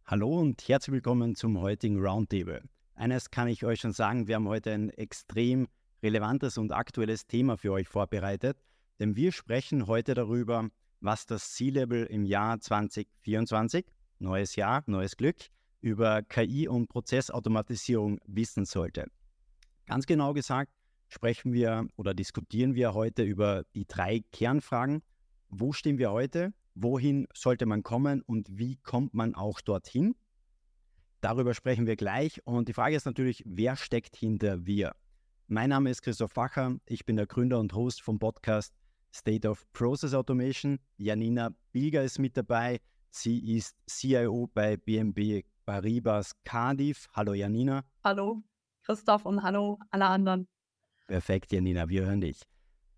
Hallo und herzlich willkommen zum heutigen Roundtable. Eines kann ich euch schon sagen, wir haben heute ein extrem relevantes und aktuelles Thema für euch vorbereitet, denn wir sprechen heute darüber, was das C-Level im Jahr 2024, neues Jahr, neues Glück, über KI und Prozessautomatisierung wissen sollte. Ganz genau gesagt sprechen wir oder diskutieren wir heute über die 3 Kernfragen. Wo stehen wir heute? Wohin sollte man kommen und wie kommt man auch dorthin? Darüber sprechen wir gleich und die Frage ist natürlich, wer steckt hinter wir? Mein Name ist Christoph Facher, ich bin der Gründer und Host vom Podcast State of Process Automation. Janina Bilger ist mit dabei, sie ist CIO bei BNP Paribas Cardiff. Hallo Janina. Hallo Christoph und hallo alle anderen. Perfekt Janina, wir hören dich.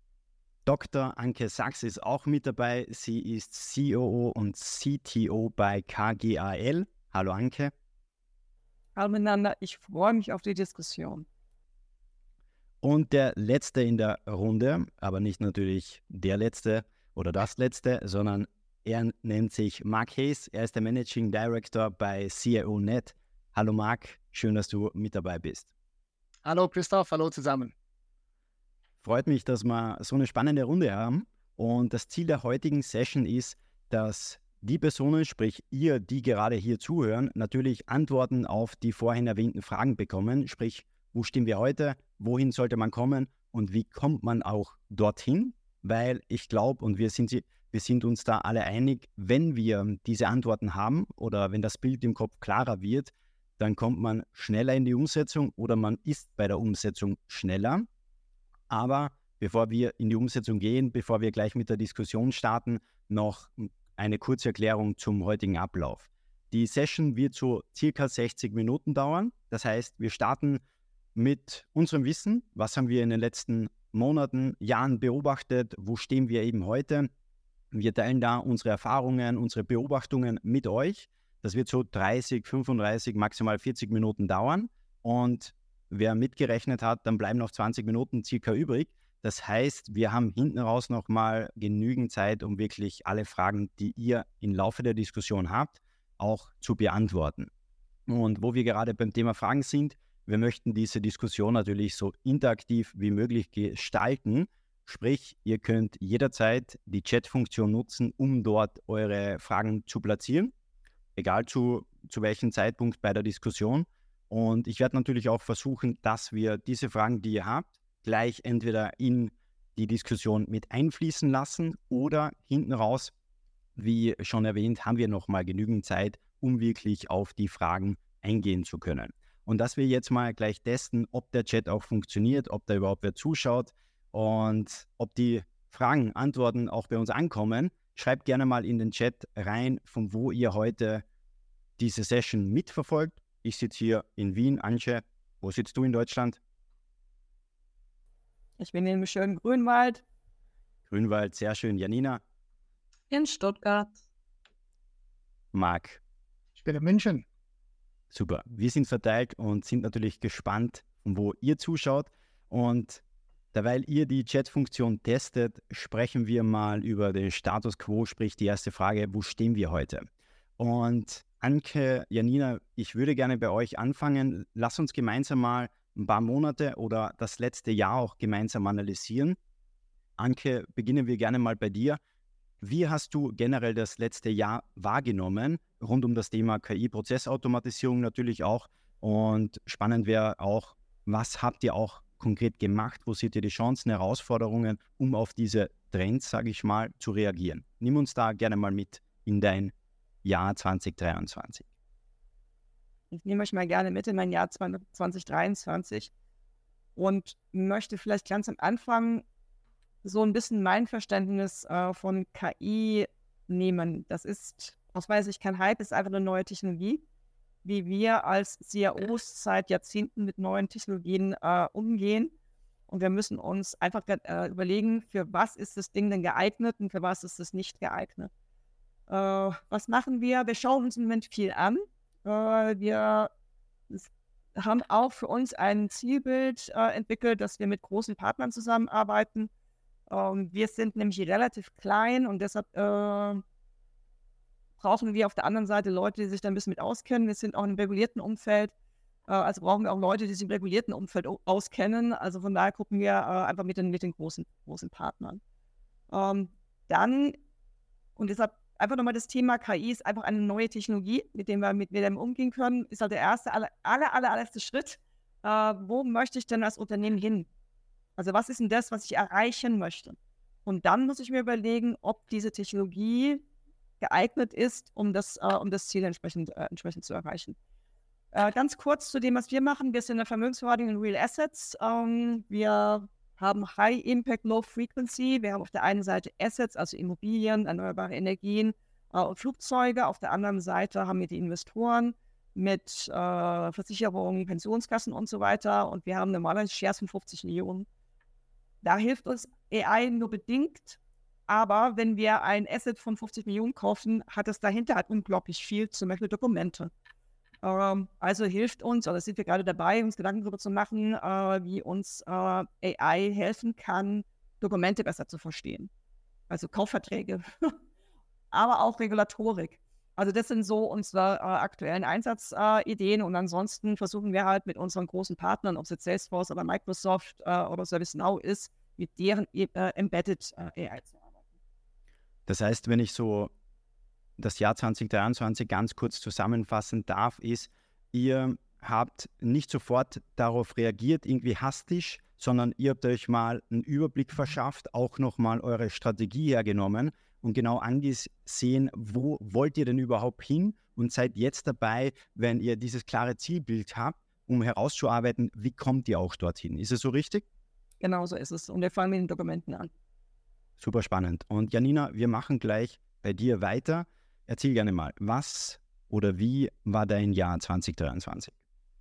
Dr. Anke Sachs ist auch mit dabei. Sie ist COO und CTO bei KGAL. Hallo Anke. Hallo miteinander, ich freue mich auf die Diskussion. Und der Letzte in der Runde, aber nicht natürlich der Letzte oder das Letzte, sondern er nennt sich Mark Hayes. Er ist der Managing Director bei CIO.net. Hallo Mark, schön, dass du mit dabei bist. Hallo Christoph, hallo zusammen. Freut mich, dass wir so eine spannende Runde haben. Und das Ziel der heutigen Session ist, dass die Personen, sprich ihr, die gerade hier zuhören, natürlich Antworten auf die vorhin erwähnten Fragen bekommen. Sprich, wo stehen wir heute, wohin sollte man kommen und wie kommt man auch dorthin? Weil ich glaube, und wir sind uns da alle einig, wenn wir diese Antworten haben oder wenn das Bild im Kopf klarer wird, dann kommt man schneller in die Umsetzung oder man ist bei der Umsetzung schneller. Aber bevor wir in die Umsetzung gehen, bevor wir gleich mit der Diskussion starten, noch eine kurze Erklärung zum heutigen Ablauf. Die Session wird so circa 60 Minuten dauern. Das heißt, wir starten mit unserem Wissen. Was haben wir in den letzten Monaten, Jahren beobachtet? Wo stehen wir eben heute? Wir teilen da unsere Erfahrungen, unsere Beobachtungen mit euch. Das wird so 30, 35, maximal 40 Minuten dauern. Und wer mitgerechnet hat, dann bleiben noch 20 Minuten circa übrig. Das heißt, wir haben hinten raus nochmal genügend Zeit, um wirklich alle Fragen, die ihr im Laufe der Diskussion habt, auch zu beantworten. Und wo wir gerade beim Thema Fragen sind, wir möchten diese Diskussion natürlich so interaktiv wie möglich gestalten. Sprich, ihr könnt jederzeit die Chat-Funktion nutzen, um dort eure Fragen zu platzieren, egal zu welchem Zeitpunkt bei der Diskussion. Und ich werde natürlich auch versuchen, dass wir diese Fragen, die ihr habt, gleich entweder in die Diskussion mit einfließen lassen oder hinten raus, wie schon erwähnt, haben wir nochmal genügend Zeit, um wirklich auf die Fragen eingehen zu können. Und dass wir jetzt mal gleich testen, ob der Chat auch funktioniert, ob da überhaupt wer zuschaut und ob die Fragen, Antworten auch bei uns ankommen. Schreibt gerne mal in den Chat rein, von wo ihr heute diese Session mitverfolgt. Ich sitze hier in Wien. Antje, wo sitzt du in Deutschland? Ich bin im schönen Grünwald. Grünwald, sehr schön. Janina? In Stuttgart. Marc? Ich bin in München. Super. Wir sind verteilt und sind natürlich gespannt, von wo ihr zuschaut. Und derweil ihr die Chat-Funktion testet, sprechen wir mal über den Status Quo, sprich die erste Frage, wo stehen wir heute? Und Anke, Janina, ich würde gerne bei euch anfangen. Lass uns gemeinsam mal ein paar Monate oder das letzte Jahr auch gemeinsam analysieren. Anke, beginnen wir gerne mal bei dir. Wie hast du generell das letzte Jahr wahrgenommen, rund um das Thema KI-Prozessautomatisierung natürlich auch? Und spannend wäre auch, was habt ihr auch konkret gemacht? Wo seht ihr die Chancen, Herausforderungen, um auf diese Trends, sage ich mal, zu reagieren? Nimm uns da gerne mal mit in dein Jahr 2023. Ich nehme euch mal gerne mit in mein Jahr 2023 und möchte vielleicht ganz am Anfang so ein bisschen mein Verständnis von KI nehmen. Das ist aus meiner Sicht kein Hype, ist einfach eine neue Technologie. Wie wir als CIOs seit Jahrzehnten mit neuen Technologien umgehen. Und wir müssen uns einfach überlegen, für was ist das Ding denn geeignet und für was ist es nicht geeignet. Was machen wir? Wir schauen uns im Moment viel an. Wir haben auch für uns ein Zielbild entwickelt, dass wir mit großen Partnern zusammenarbeiten. Wir sind nämlich relativ klein und deshalb brauchen wir auf der anderen Seite Leute, die sich da ein bisschen mit auskennen. Wir sind auch in einem regulierten Umfeld. Also brauchen wir auch Leute, die sich im regulierten Umfeld auskennen. Also von daher gucken wir einfach mit den großen Partnern. Dann, und deshalb einfach nochmal das Thema KI ist einfach eine neue Technologie, mit der wir umgehen können, ist halt der allererste Schritt. Wo möchte ich denn als Unternehmen hin? Also was ist denn das, was ich erreichen möchte? Und dann muss ich mir überlegen, ob diese Technologie geeignet ist, um das Ziel entsprechend zu erreichen. Ganz kurz zu dem, was wir machen. Wir sind eine Vermögensverwaltung in Real Assets. Wir haben High Impact, Low Frequency. Wir haben auf der einen Seite Assets, also Immobilien, erneuerbare Energien und Flugzeuge. Auf der anderen Seite haben wir die Investoren mit Versicherungen, Pensionskassen und so weiter. Und wir haben normalerweise Shares von 50 Millionen. Da hilft uns AI nur bedingt. Aber wenn wir ein Asset von 50 Millionen kaufen, hat es dahinter halt unglaublich viel, zum Beispiel Dokumente. Also hilft uns, oder sind wir gerade dabei, uns Gedanken darüber zu machen, wie uns AI helfen kann, Dokumente besser zu verstehen. Also Kaufverträge, aber auch Regulatorik. Also das sind so unsere aktuellen Einsatzideen und ansonsten versuchen wir halt mit unseren großen Partnern, ob es jetzt Salesforce oder Microsoft oder ServiceNow ist, mit deren Embedded AI zu arbeiten. Das heißt, wenn ich so das Jahr 2023 ganz kurz zusammenfassen darf, ist, ihr habt nicht sofort darauf reagiert, irgendwie hastig, sondern ihr habt euch mal einen Überblick verschafft, auch nochmal eure Strategie hergenommen und genau angesehen, wo wollt ihr denn überhaupt hin und seid jetzt dabei, wenn ihr dieses klare Zielbild habt, um herauszuarbeiten, wie kommt ihr auch dorthin. Ist es so richtig? Genau so ist es. Und wir fangen mit den Dokumenten an. Super spannend. Und Janina, wir machen gleich bei dir weiter. Erzähl gerne mal, was oder wie war dein Jahr 2023?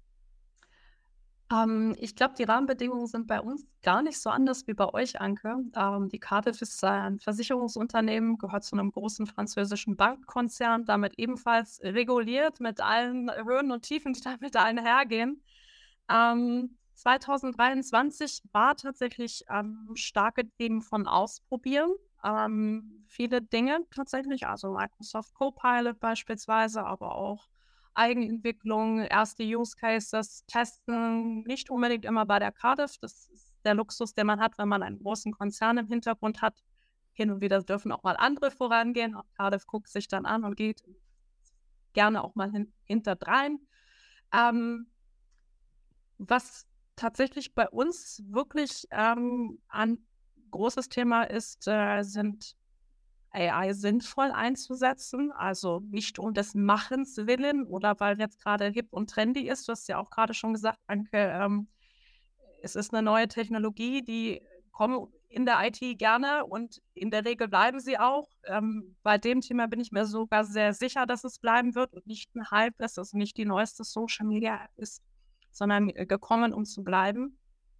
Ich glaube, die Rahmenbedingungen sind bei uns gar nicht so anders wie bei euch, Anke. Die Cardiff ist ein Versicherungsunternehmen, gehört zu einem großen französischen Bankkonzern, damit ebenfalls reguliert mit allen Höhen und Tiefen, die damit einhergehen. 2023 war tatsächlich stark getrieben von Ausprobieren. Viele Dinge tatsächlich, also Microsoft Copilot beispielsweise, aber auch Eigenentwicklung, erste Use Cases testen, nicht unbedingt immer bei der Cardiff. Das ist der Luxus, den man hat, wenn man einen großen Konzern im Hintergrund hat. Hin und wieder dürfen auch mal andere vorangehen. Auch Cardiff guckt sich dann an und geht gerne auch mal hinterdrein. Was tatsächlich bei uns wirklich ein großes Thema ist, sind AI sinnvoll einzusetzen, also nicht um des Machens willen oder weil jetzt gerade hip und trendy ist. Du hast ja auch gerade schon gesagt, Anke, es ist eine neue Technologie, die kommen in der IT gerne und in der Regel bleiben sie auch. Bei dem Thema bin ich mir sogar sehr sicher, dass es bleiben wird und nicht ein Hype ist, also nicht die neueste Social Media App ist, sondern gekommen, um zu bleiben.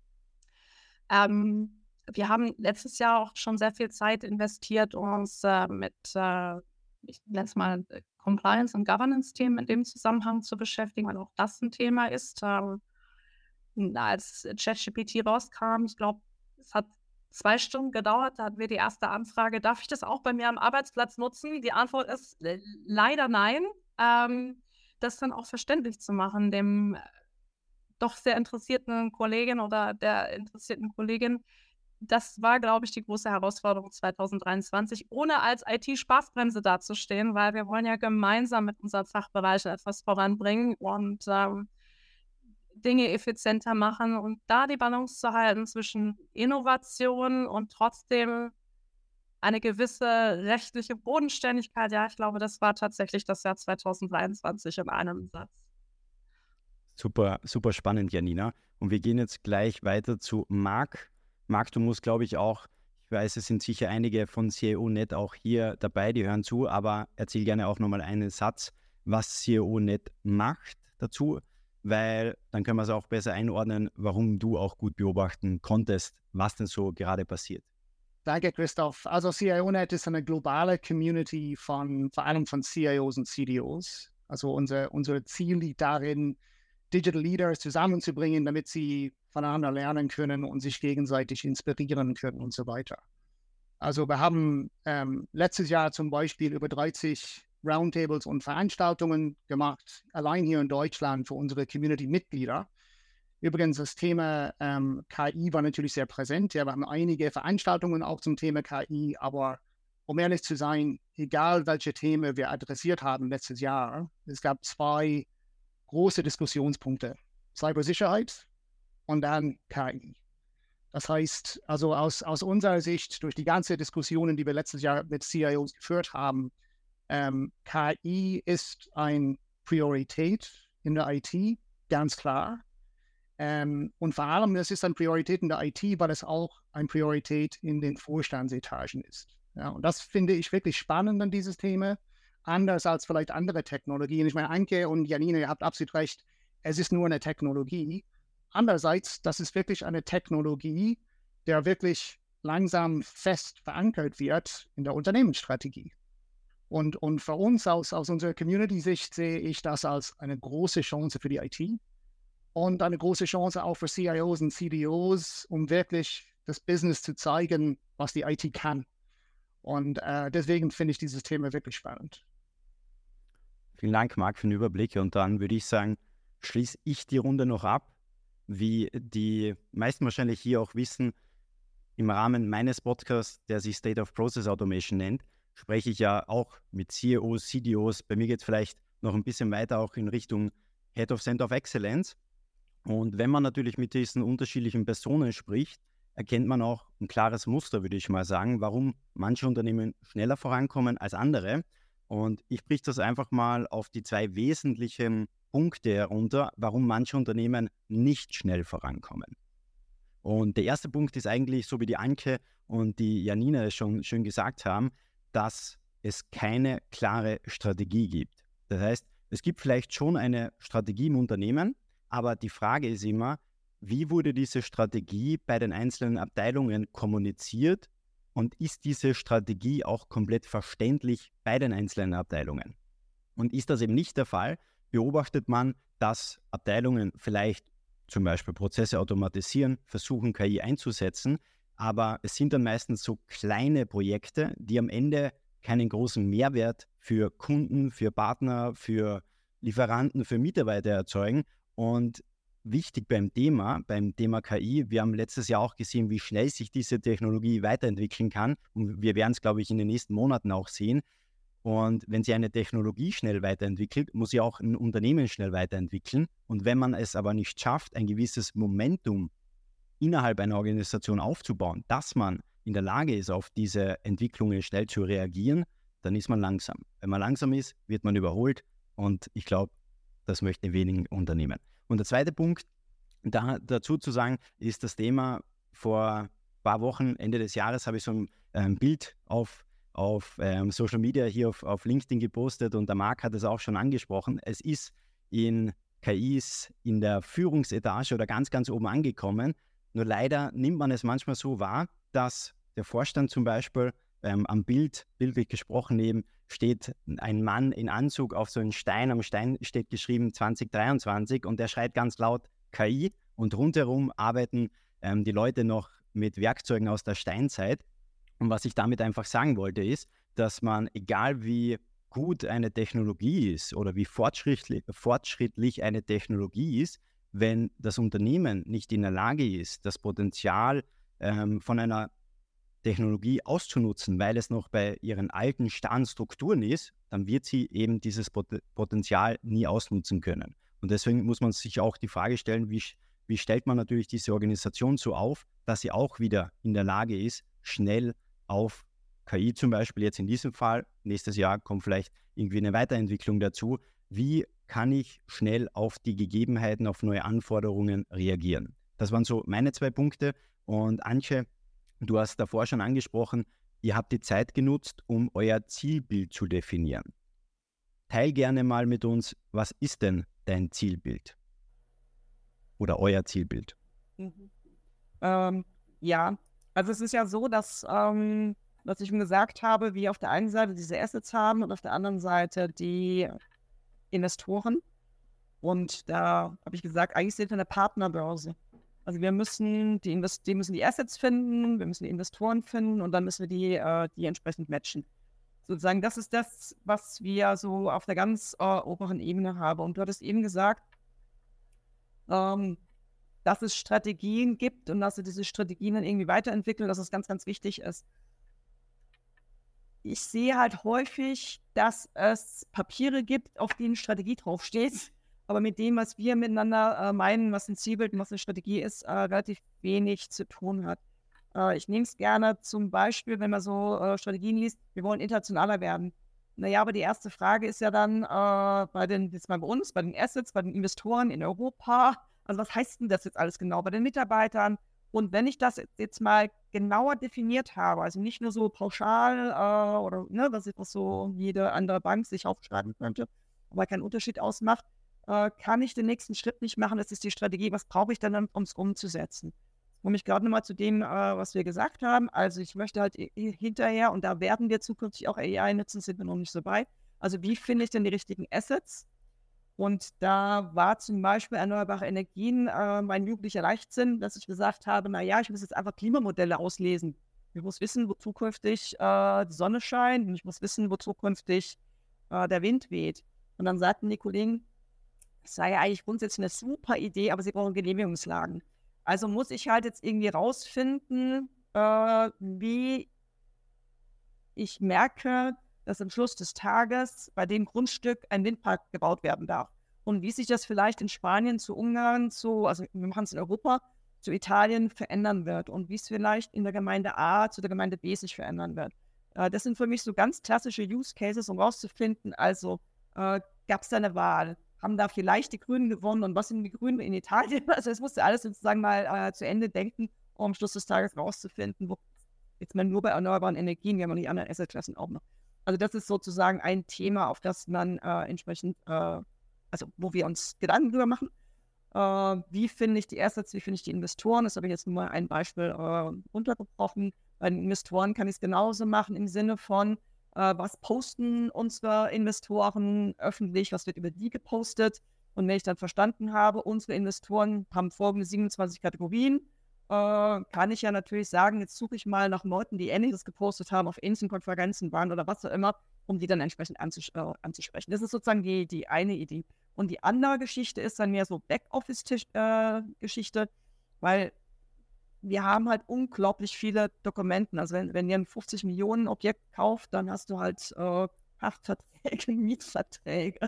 Wir haben letztes Jahr auch schon sehr viel Zeit investiert, uns mit, ich nenne es mal, Compliance- und Governance-Themen in dem Zusammenhang zu beschäftigen, weil auch das ein Thema ist. Als ChatGPT rauskam, ich glaube, es hat 2 Stunden gedauert, da hatten wir die erste Anfrage, darf ich das auch bei mir am Arbeitsplatz nutzen? Die Antwort ist leider nein. Das dann auch verständlich zu machen, dem doch sehr interessierten Kollegen oder der interessierten Kollegin. Das war, glaube ich, die große Herausforderung 2023, ohne als IT-Spaßbremse dazustehen, weil wir wollen ja gemeinsam mit unseren Fachbereichen etwas voranbringen und Dinge effizienter machen und da die Balance zu halten zwischen Innovation und trotzdem eine gewisse rechtliche Bodenständigkeit. Ja, ich glaube, das war tatsächlich das Jahr 2023 in einem Satz. Super, super spannend, Janina. Und wir gehen jetzt gleich weiter zu Marc. Marc, du musst, glaube ich, auch, ich weiß, es sind sicher einige von CIO.net auch hier dabei, die hören zu, aber erzähl gerne auch nochmal einen Satz, was CIO.net macht dazu, weil dann können wir es auch besser einordnen, warum du auch gut beobachten konntest, was denn so gerade passiert. Danke, Christoph. Also CIO.net ist eine globale Community vor allem von CIOs und CDOs. Also unser Ziel liegt darin, Digital Leaders zusammenzubringen, damit sie voneinander lernen können und sich gegenseitig inspirieren können und so weiter. Also wir haben letztes Jahr zum Beispiel über 30 Roundtables und Veranstaltungen gemacht, allein hier in Deutschland für unsere Community-Mitglieder. Übrigens, das Thema KI war natürlich sehr präsent. Ja, wir haben einige Veranstaltungen auch zum Thema KI, aber um ehrlich zu sein, egal welche Themen wir adressiert haben letztes Jahr, es gab 2 große Diskussionspunkte. Cybersicherheit und dann KI. Das heißt, also aus unserer Sicht, durch die ganze Diskussionen, die wir letztes Jahr mit CIOs geführt haben, KI ist eine Priorität in der IT, ganz klar. Und vor allem, es ist eine Priorität in der IT, weil es auch eine Priorität in den Vorstandsetagen ist. Ja, und das finde ich wirklich spannend an dieses Thema, anders als vielleicht andere Technologien. Ich meine, Anke und Janine, ihr habt absolut recht, es ist nur eine Technologie. Andererseits, das ist wirklich eine Technologie, der wirklich langsam fest verankert wird in der Unternehmensstrategie. Und für uns aus unserer Community-Sicht sehe ich das als eine große Chance für die IT und eine große Chance auch für CIOs und CDOs, um wirklich das Business zu zeigen, was die IT kann. Und deswegen finde ich dieses Thema wirklich spannend. Vielen Dank, Marc, für den Überblick. Und dann würde ich sagen, schließe ich die Runde noch ab. Wie die meisten wahrscheinlich hier auch wissen, im Rahmen meines Podcasts, der sich State of Process Automation nennt, spreche ich ja auch mit CEOs, CDOs. Bei mir geht es vielleicht noch ein bisschen weiter auch in Richtung Head of Center of Excellence. Und wenn man natürlich mit diesen unterschiedlichen Personen spricht, erkennt man auch ein klares Muster, würde ich mal sagen, warum manche Unternehmen schneller vorankommen als andere. Und ich briche das einfach mal auf die 2 wesentlichen Punkte herunter, warum manche Unternehmen nicht schnell vorankommen. Und der erste Punkt ist eigentlich, so wie die Anke und die Janine es schon schön gesagt haben, dass es keine klare Strategie gibt. Das heißt, es gibt vielleicht schon eine Strategie im Unternehmen, aber die Frage ist immer, wie wurde diese Strategie bei den einzelnen Abteilungen kommuniziert und ist diese Strategie auch komplett verständlich bei den einzelnen Abteilungen? Und ist das eben nicht der Fall, beobachtet man, dass Abteilungen vielleicht zum Beispiel Prozesse automatisieren, versuchen KI einzusetzen, aber es sind dann meistens so kleine Projekte, die am Ende keinen großen Mehrwert für Kunden, für Partner, für Lieferanten, für Mitarbeiter erzeugen. Und wichtig beim Thema KI, wir haben letztes Jahr auch gesehen, wie schnell sich diese Technologie weiterentwickeln kann. Und wir werden es, glaube ich, in den nächsten Monaten auch sehen. Und wenn sich eine Technologie schnell weiterentwickelt, muss sie auch ein Unternehmen schnell weiterentwickeln. Und wenn man es aber nicht schafft, ein gewisses Momentum innerhalb einer Organisation aufzubauen, dass man in der Lage ist, auf diese Entwicklungen schnell zu reagieren, dann ist man langsam. Wenn man langsam ist, wird man überholt. Und ich glaube, das möchten wenigen Unternehmen. Und der zweite Punkt dazu zu sagen, ist das Thema, vor ein paar Wochen, Ende des Jahres, habe ich so ein Bild auf Social Media hier auf LinkedIn gepostet und der Marc hat es auch schon angesprochen. Es ist in KIs in der Führungsetage oder ganz, ganz oben angekommen. Nur leider nimmt man es manchmal so wahr, dass der Vorstand zum Beispiel am bildlich gesprochen eben, steht ein Mann in Anzug auf so einem Stein. Am Stein steht geschrieben 2023 und der schreit ganz laut KI und rundherum arbeiten die Leute noch mit Werkzeugen aus der Steinzeit. Und was ich damit einfach sagen wollte, ist, dass man, egal wie gut eine Technologie ist oder wie fortschrittlich eine Technologie ist, wenn das Unternehmen nicht in der Lage ist, das Potenzial von einer Technologie auszunutzen, weil es noch bei ihren alten starren Strukturen ist, dann wird sie eben dieses Potenzial nie ausnutzen können. Und deswegen muss man sich auch die Frage stellen, wie stellt man natürlich diese Organisation so auf, dass sie auch wieder in der Lage ist, schnell auf KI zum Beispiel, jetzt in diesem Fall, nächstes Jahr kommt vielleicht irgendwie eine Weiterentwicklung dazu, wie kann ich schnell auf die Gegebenheiten, auf neue Anforderungen reagieren? Das waren so meine 2 Punkte. Und Antje, du hast davor schon angesprochen, ihr habt die Zeit genutzt, um euer Zielbild zu definieren. Teil gerne mal mit uns, was ist denn dein Zielbild? Oder euer Zielbild? Ja, also es ist ja so, dass, was ich schon gesagt habe, wir auf der einen Seite diese Assets haben und auf der anderen Seite die Investoren. Und da habe ich gesagt, eigentlich sind wir eine Partnerbörse. Also wir müssen die müssen die Assets finden, wir müssen die Investoren finden und dann müssen wir die entsprechend matchen. Sozusagen, das ist das, was wir so auf der ganz oberen Ebene haben. Und du hattest eben gesagt, dass es Strategien gibt und dass sie diese Strategien dann irgendwie weiterentwickeln, dass es ganz, ganz wichtig ist. Ich sehe halt häufig, dass es Papiere gibt, auf denen Strategie draufsteht, aber mit dem, was wir miteinander meinen, was ein Zielbild und was eine Strategie ist, relativ wenig zu tun hat. Ich nehme es gerne zum Beispiel, wenn man so Strategien liest, wir wollen internationaler werden. Naja, aber die erste Frage ist ja dann jetzt mal bei uns, bei den Assets, bei den Investoren in Europa, also was heißt denn das jetzt alles genau bei den Mitarbeitern? Und wenn ich das jetzt mal genauer definiert habe, also nicht nur so pauschal oder ne, was so jede andere Bank sich aufschreiben könnte, aber keinen Unterschied ausmacht, kann ich den nächsten Schritt nicht machen. Das ist die Strategie. Was brauche ich dann, um es umzusetzen? Komme ich gerade nochmal zu dem, was wir gesagt haben. Also ich möchte halt hinterher, und da werden wir zukünftig auch AI nutzen, sind wir noch nicht so bei. Also wie finde ich denn die richtigen Assets? Und da war zum Beispiel erneuerbare Energien mein jugendlicher Leichtsinn, dass ich gesagt habe, naja, ich muss jetzt einfach Klimamodelle auslesen. Ich muss wissen, wo zukünftig die Sonne scheint und ich muss wissen, wo zukünftig der Wind weht. Und dann sagten die Kollegen, das sei ja eigentlich grundsätzlich eine super Idee, aber sie brauchen Genehmigungslagen. Also muss ich halt jetzt irgendwie rausfinden, wie ich merke, dass am Schluss des Tages bei dem Grundstück ein Windpark gebaut werden darf. Und wie sich das vielleicht in Spanien zu Ungarn, also wir machen es in Europa, zu Italien verändern wird und wie es vielleicht in der Gemeinde A zu der Gemeinde B sich verändern wird. Das sind für mich so ganz klassische Use Cases, um rauszufinden, also gab es da eine Wahl? Haben da vielleicht die Grünen gewonnen und was sind die Grünen in Italien? Also es musste alles sozusagen mal zu Ende denken, um am Schluss des Tages rauszufinden, wo jetzt mal nur bei erneuerbaren Energien, wir haben die anderen Assetklassen auch noch. Also das ist sozusagen ein Thema, auf das man entsprechend, also wo wir uns Gedanken drüber machen. Wie finde ich die Assets, wie finde ich die Investoren? Das habe ich jetzt nur mal ein Beispiel runtergebrochen. Bei den Investoren kann ich es genauso machen im Sinne von, was posten unsere Investoren öffentlich, was wird über die gepostet. Und wenn ich dann verstanden habe, unsere Investoren haben folgende 27 Kategorien, kann ich ja natürlich sagen, jetzt suche ich mal nach Leuten, die Ähnliches gepostet haben, auf ähnlichen Konferenzen waren oder was auch immer, um die dann entsprechend anzusprechen. Das ist sozusagen die eine Idee. Und die andere Geschichte ist dann mehr so Backoffice-Geschichte, weil wir haben halt unglaublich viele Dokumenten. Also wenn ihr ein 50 Millionen Objekt kauft, dann hast du halt Pachtverträge, Mietverträge,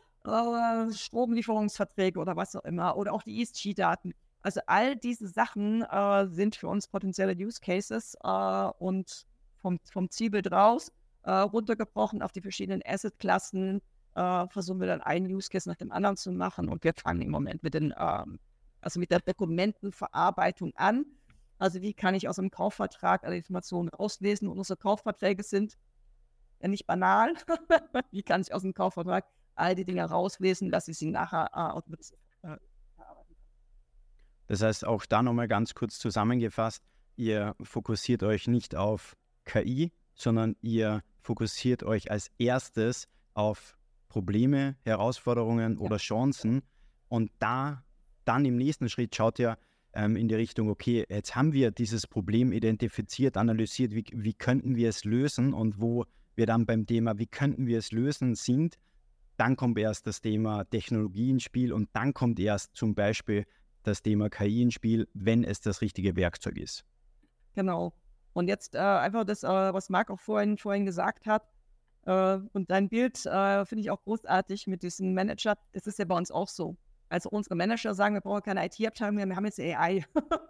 Stromlieferungsverträge oder was auch immer. Oder auch die ESG-Daten. Also all diese Sachen sind für uns potenzielle Use Cases und vom Zielbild raus, runtergebrochen auf die verschiedenen Asset-Klassen, versuchen wir dann einen Use Case nach dem anderen zu machen und wir fangen im Moment mit mit der Dokumentenverarbeitung an. Also wie kann ich aus einem Kaufvertrag alle Informationen rauslesen und unsere Kaufverträge sind ja nicht banal. Wie kann ich aus dem Kaufvertrag all die Dinge rauslesen, dass ich sie nachher automatisiert verarbeiten kann. Das heißt, auch da nochmal ganz kurz zusammengefasst, ihr fokussiert euch nicht auf KI, sondern ihr fokussiert euch als erstes auf Probleme, Herausforderungen oder Chancen und dann im nächsten Schritt schaut ihr in die Richtung, okay, jetzt haben wir dieses Problem identifiziert, analysiert, wie könnten wir es lösen und wo wir dann beim Thema, wie könnten wir es lösen sind, dann kommt erst das Thema Technologie ins Spiel und dann kommt erst zum Beispiel das Thema KI ins Spiel, wenn es das richtige Werkzeug ist. Genau. Und jetzt einfach das, was Marc auch vorhin gesagt hat, und dein Bild finde ich auch großartig mit diesem Manager. Das ist ja bei uns auch so. Also unsere Manager sagen, wir brauchen keine IT-Abteilung mehr, wir haben jetzt AI.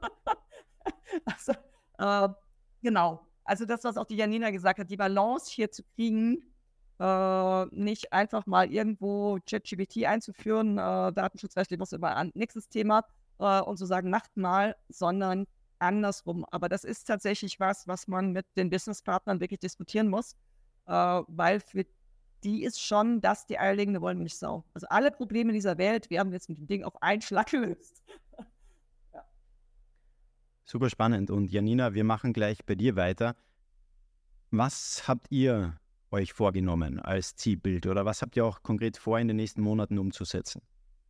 Also, genau. Also das, was auch die Janina gesagt hat, die Balance hier zu kriegen, nicht einfach mal irgendwo ChatGPT einzuführen, datenschutzrechtlich was über ein nächstes Thema und zu sagen, macht mal, sondern andersrum. Aber das ist tatsächlich was man mit den Businesspartnern wirklich diskutieren muss, weil für die ist schon das die eierlegende Wollmilchsau. Also alle Probleme dieser Welt werden jetzt mit dem Ding auf einen Schlag gelöst. Ja. Super spannend. Und Janina, wir machen gleich bei dir weiter. Was habt ihr euch vorgenommen als Zielbild oder was habt ihr auch konkret vor, in den nächsten Monaten umzusetzen?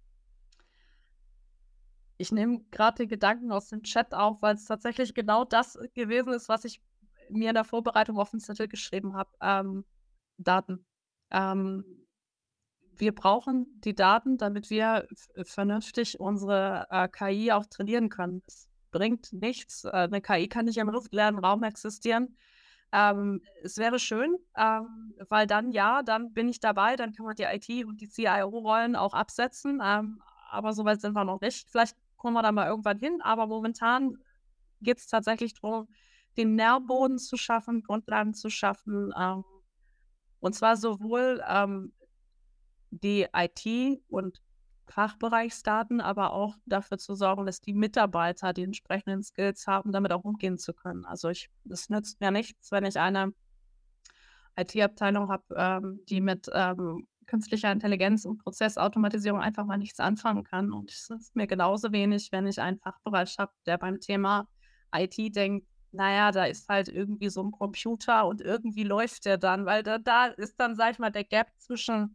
Ich nehme gerade die Gedanken aus dem Chat auf, weil es tatsächlich genau das gewesen ist, was ich mir in der Vorbereitung auf den Zettel geschrieben habe. Daten. Ähm, Wir brauchen die Daten, damit wir vernünftig unsere KI auch trainieren können. Es bringt nichts. Eine KI kann nicht im luftleeren Raum existieren. Es wäre schön, weil dann bin ich dabei, dann kann man die IT und die CIO-Rollen auch absetzen. Aber so weit sind wir noch nicht. Vielleicht kommen wir da mal irgendwann hin, aber momentan geht es tatsächlich darum, den Nährboden zu schaffen, Grundlagen zu schaffen. Und zwar sowohl die IT- und Fachbereichsdaten, aber auch dafür zu sorgen, dass die Mitarbeiter die entsprechenden Skills haben, damit auch umgehen zu können. Also es nützt mir nichts, wenn ich eine IT-Abteilung habe, die mit künstlicher Intelligenz und Prozessautomatisierung einfach mal nichts anfangen kann. Und es ist mir genauso wenig, wenn ich einen Fachbereich habe, der beim Thema IT denkt, naja, da ist halt irgendwie so ein Computer und irgendwie läuft der dann, weil da ist dann, sag ich mal, der Gap zwischen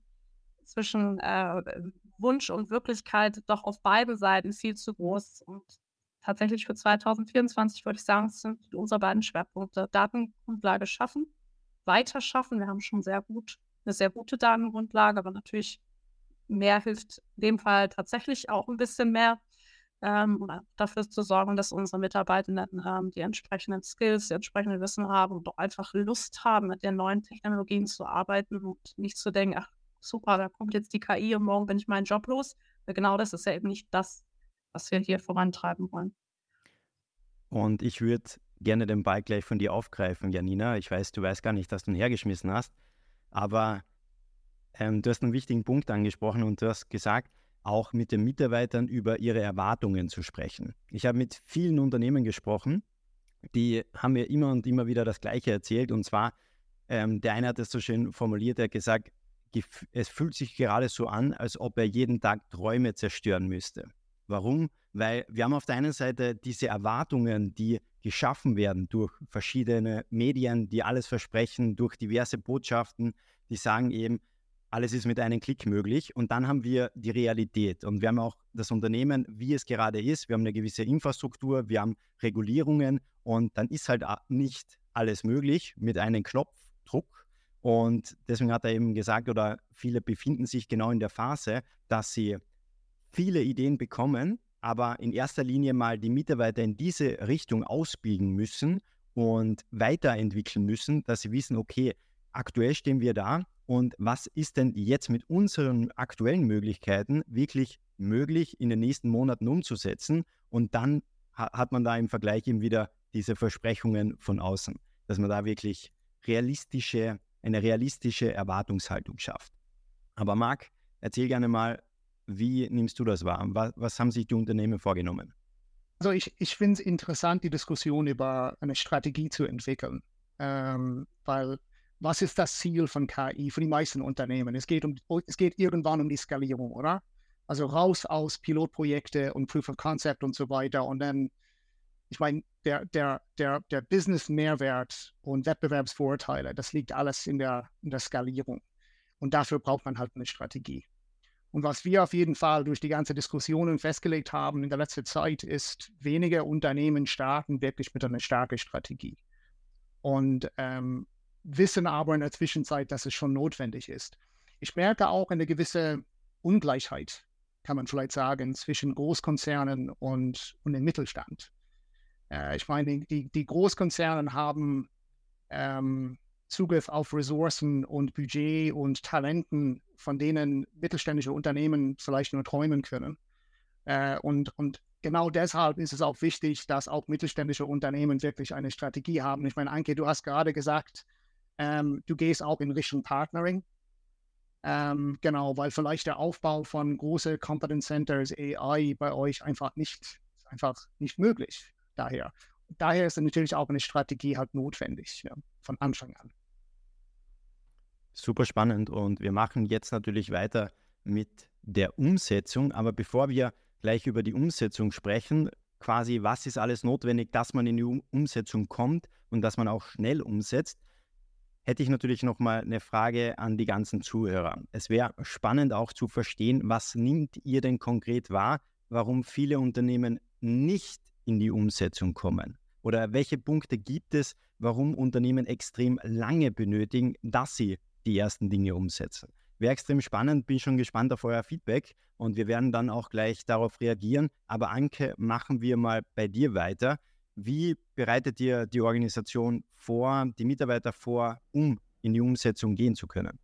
Wunsch und Wirklichkeit doch auf beiden Seiten viel zu groß. Und tatsächlich für 2024 würde ich sagen, das sind unsere beiden Schwerpunkte. Datengrundlage schaffen, weiter schaffen. Wir haben schon eine sehr gute Datengrundlage, aber natürlich mehr hilft in dem Fall tatsächlich auch ein bisschen mehr, um dafür zu sorgen, dass unsere Mitarbeitenden die entsprechenden Skills, die entsprechenden Wissen haben und auch einfach Lust haben, mit den neuen Technologien zu arbeiten und nicht zu denken, ach super, da kommt jetzt die KI und morgen bin ich meinen Job los. Genau das ist ja eben nicht das, was wir hier vorantreiben wollen. Und ich würde gerne den Ball gleich von dir aufgreifen, Janina. Ich weiß, du weißt gar nicht, dass du ihn hergeschmissen hast, aber du hast einen wichtigen Punkt angesprochen und du hast gesagt, auch mit den Mitarbeitern über ihre Erwartungen zu sprechen. Ich habe mit vielen Unternehmen gesprochen, die haben mir immer und immer wieder das Gleiche erzählt, und zwar, der eine hat es so schön formuliert, er hat gesagt, es fühlt sich gerade so an, als ob er jeden Tag Träume zerstören müsste. Warum? Weil wir haben auf der einen Seite diese Erwartungen, die geschaffen werden durch verschiedene Medien, die alles versprechen, durch diverse Botschaften, die sagen eben, alles ist mit einem Klick möglich. Und dann haben wir die Realität. Und wir haben auch das Unternehmen, wie es gerade ist. Wir haben eine gewisse Infrastruktur, wir haben Regulierungen und dann ist halt nicht alles möglich mit einem Knopfdruck. Und deswegen hat er eben gesagt, oder viele befinden sich genau in der Phase, dass sie viele Ideen bekommen, aber in erster Linie mal die Mitarbeiter in diese Richtung ausbilden müssen und weiterentwickeln müssen, dass sie wissen, okay, aktuell stehen wir da und was ist denn jetzt mit unseren aktuellen Möglichkeiten wirklich möglich in den nächsten Monaten umzusetzen, und dann hat man da im Vergleich eben wieder diese Versprechungen von außen, dass man da wirklich eine realistische Erwartungshaltung schafft. Aber Marc, erzähl gerne mal, wie nimmst du das wahr? Was haben sich die Unternehmen vorgenommen? Also ich finde es interessant, die Diskussion über eine Strategie zu entwickeln, weil was ist das Ziel von KI für die meisten Unternehmen? Es geht irgendwann um die Skalierung, oder? Also raus aus Pilotprojekte und Proof of Concept und so weiter. Und dann, ich meine, der Business-Mehrwert und Wettbewerbsvorteile, das liegt alles in der Skalierung. Und dafür braucht man halt eine Strategie. Und was wir auf jeden Fall durch die ganze Diskussionen festgelegt haben in der letzten Zeit, ist, wenige Unternehmen starten wirklich mit einer starken Strategie. Und wissen aber in der Zwischenzeit, dass es schon notwendig ist. Ich merke auch eine gewisse Ungleichheit, kann man vielleicht sagen, zwischen Großkonzernen und dem Mittelstand. Ich meine, die Großkonzerne haben Zugriff auf Ressourcen und Budget und Talenten, von denen mittelständische Unternehmen vielleicht nur träumen können. Und genau deshalb ist es auch wichtig, dass auch mittelständische Unternehmen wirklich eine Strategie haben. Ich meine, Anke, du hast gerade gesagt, du gehst auch in Richtung Partnering. Genau, weil vielleicht der Aufbau von großen Competence Centers AI bei euch einfach nicht möglich. Daher ist natürlich auch eine Strategie halt notwendig, ja, von Anfang an. Super spannend, und wir machen jetzt natürlich weiter mit der Umsetzung. Aber bevor wir gleich über die Umsetzung sprechen, quasi was ist alles notwendig, dass man in die Umsetzung kommt und dass man auch schnell umsetzt, hätte ich natürlich nochmal eine Frage an die ganzen Zuhörer. Es wäre spannend auch zu verstehen, was nehmt ihr denn konkret wahr, warum viele Unternehmen nicht in die Umsetzung kommen? Oder welche Punkte gibt es, warum Unternehmen extrem lange benötigen, dass sie die ersten Dinge umsetzen. Wäre extrem spannend, bin schon gespannt auf euer Feedback und wir werden dann auch gleich darauf reagieren. Aber Anke, machen wir mal bei dir weiter. Wie bereitet ihr die Organisation vor, die Mitarbeiter vor, um in die Umsetzung gehen zu können?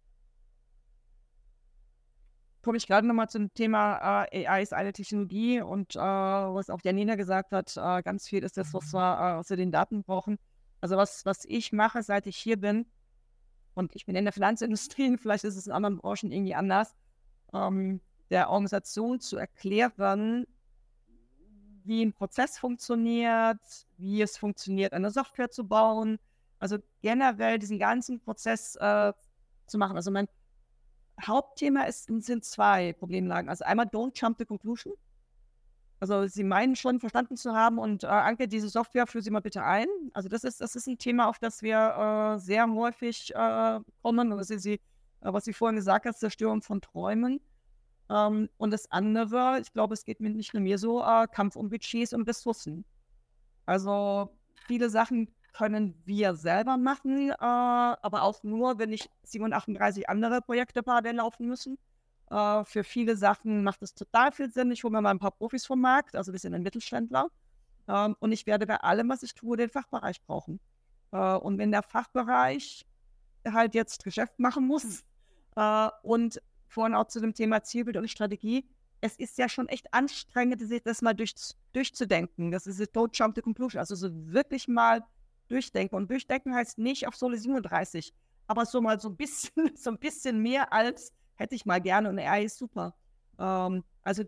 Komme ich gerade nochmal zum Thema AI ist eine Technologie und was auch Janina gesagt hat, ganz viel ist das, was wir den Daten brauchen. Also was ich mache, seit ich hier bin, und ich bin in der Finanzindustrie, vielleicht ist es in anderen Branchen irgendwie anders, der Organisation zu erklären, wie ein Prozess funktioniert, wie es funktioniert, eine Software zu bauen, also generell diesen ganzen Prozess zu machen. Also mein Hauptthema sind 2 Problemlagen. Also einmal don't jump the conclusion. Also sie meinen schon verstanden zu haben und Anke, diese Software führ sie mal bitte ein. Also das ist ein Thema, auf das wir sehr häufig kommen. Und was sie vorhin gesagt hat, Zerstörung von Träumen. Und das andere, ich glaube, es geht mir nicht nur mir so, Kampf um Budgets und Ressourcen. Also viele Sachen können wir selber machen, aber auch nur, wenn nicht 37 andere Projekte parallel laufen müssen. Für viele Sachen macht es total viel Sinn. Ich hole mir mal ein paar Profis vom Markt, also wir sind ein Mittelständler. Und ich werde bei allem, was ich tue, den Fachbereich brauchen. Und wenn der Fachbereich halt jetzt Geschäft machen muss und vorhin auch zu dem Thema Zielbild und Strategie, es ist ja schon echt anstrengend, sich das mal durchzudenken. Das ist don't jump the conclusion. Also so wirklich mal durchdenken. Und durchdenken heißt nicht auf Sole 37, aber so mal so ein bisschen mehr als hätte ich mal gerne und AI ist super. Also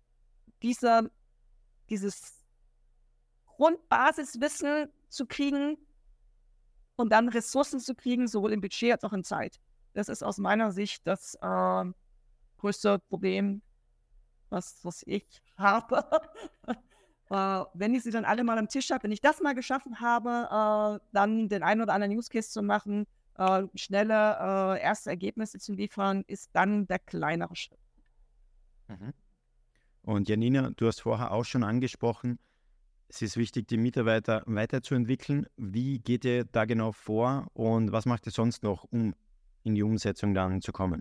dieses Grundbasiswissen zu kriegen und dann Ressourcen zu kriegen, sowohl im Budget als auch in Zeit. Das ist aus meiner Sicht das größte Problem, was ich habe. Wenn ich sie dann alle mal am Tisch habe, wenn ich das mal geschaffen habe, dann den einen oder anderen Use Case zu machen, schnelle erste Ergebnisse zu liefern, ist dann der kleinere Schritt. Und Janina, du hast vorher auch schon angesprochen, es ist wichtig, die Mitarbeiter weiterzuentwickeln. Wie geht ihr da genau vor und was macht ihr sonst noch, um in die Umsetzung dann zu kommen?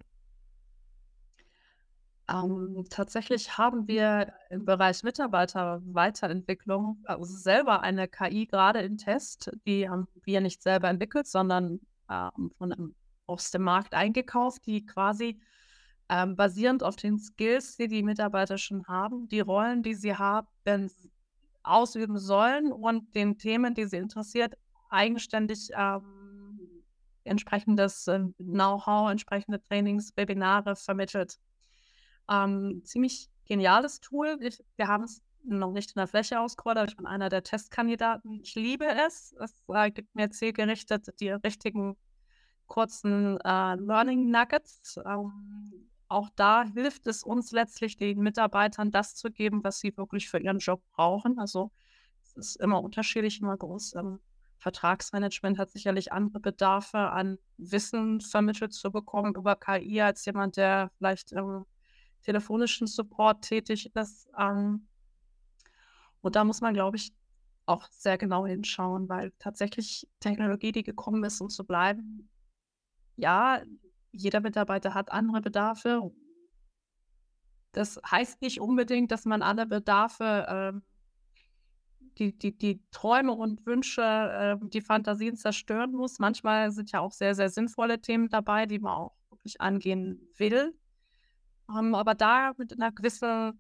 Tatsächlich haben wir im Bereich Mitarbeiterweiterentwicklung selber eine KI gerade in Test. Die haben wir nicht selber entwickelt, sondern aus dem Markt eingekauft, die quasi basierend auf den Skills, die die Mitarbeiter schon haben, die Rollen, die sie haben, ausüben sollen und den Themen, die sie interessiert, eigenständig entsprechendes Know-how, entsprechende Trainings, Webinare vermittelt. Ziemlich geniales Tool. Wir haben es noch nicht in der Fläche ausgerollt, aber ich bin einer der Testkandidaten. Ich liebe es. Es gibt mir zielgerichtet die richtigen kurzen Learning Nuggets. Auch da hilft es uns letztlich, den Mitarbeitern das zu geben, was sie wirklich für ihren Job brauchen. Also es ist immer unterschiedlich. Bei uns Vertragsmanagement hat sicherlich andere Bedarfe an Wissen vermittelt zu bekommen über KI als jemand, der vielleicht telefonischen Support tätig ist. Und da muss man, glaube ich, auch sehr genau hinschauen, weil tatsächlich Technologie, die gekommen ist, um zu bleiben, ja, jeder Mitarbeiter hat andere Bedarfe. Das heißt nicht unbedingt, dass man alle Bedarfe, die Träume und Wünsche, die Fantasien zerstören muss. Manchmal sind ja auch sehr, sehr sinnvolle Themen dabei, die man auch wirklich angehen will. Aber da mit einer gewissen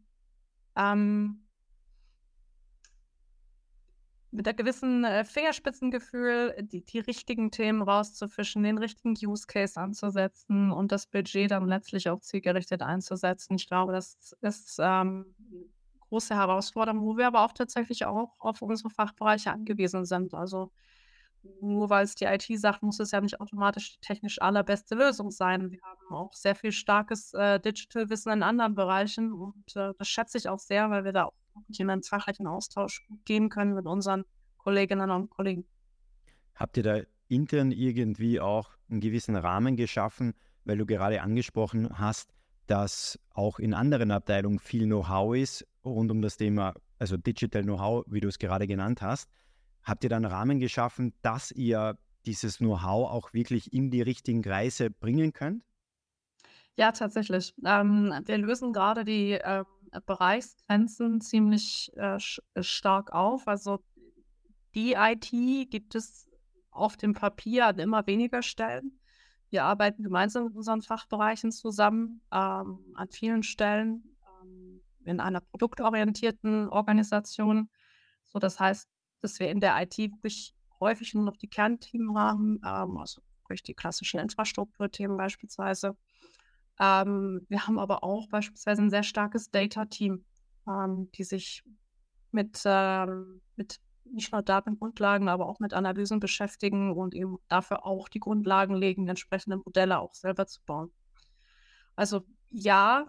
Fingerspitzengefühl, die richtigen Themen rauszufischen, den richtigen Use Case anzusetzen und das Budget dann letztlich auch zielgerichtet einzusetzen. Ich glaube, das ist große Herausforderung, wo wir aber auch tatsächlich auch auf unsere Fachbereiche angewiesen sind. Also nur weil es die IT sagt, muss es ja nicht automatisch die technisch allerbeste Lösung sein. Wir haben auch sehr viel starkes Digital-Wissen in anderen Bereichen und das schätze ich auch sehr, weil wir da auch in einen fachlichen Austausch gehen können mit unseren Kolleginnen und Kollegen. Habt ihr da intern irgendwie auch einen gewissen Rahmen geschaffen, weil du gerade angesprochen hast, dass auch in anderen Abteilungen viel Know-how ist rund um das Thema, also Digital Know-how, wie du es gerade genannt hast. Habt ihr da einen Rahmen geschaffen, dass ihr dieses Know-how auch wirklich in die richtigen Kreise bringen könnt? Ja, tatsächlich. Wir lösen gerade die Bereichsgrenzen ziemlich stark auf. Also die IT gibt es auf dem Papier an immer weniger Stellen. Wir arbeiten gemeinsam mit unseren Fachbereichen zusammen, an vielen Stellen, in einer produktorientierten Organisation. So, das heißt, dass wir in der IT wirklich häufig nur noch die Kernthemen haben, also wirklich die klassischen Infrastrukturthemen beispielsweise. Wir haben aber auch beispielsweise ein sehr starkes Data-Team, die sich mit nicht nur Datengrundlagen, aber auch mit Analysen beschäftigen und eben dafür auch die Grundlagen legen, entsprechende Modelle auch selber zu bauen. Also ja,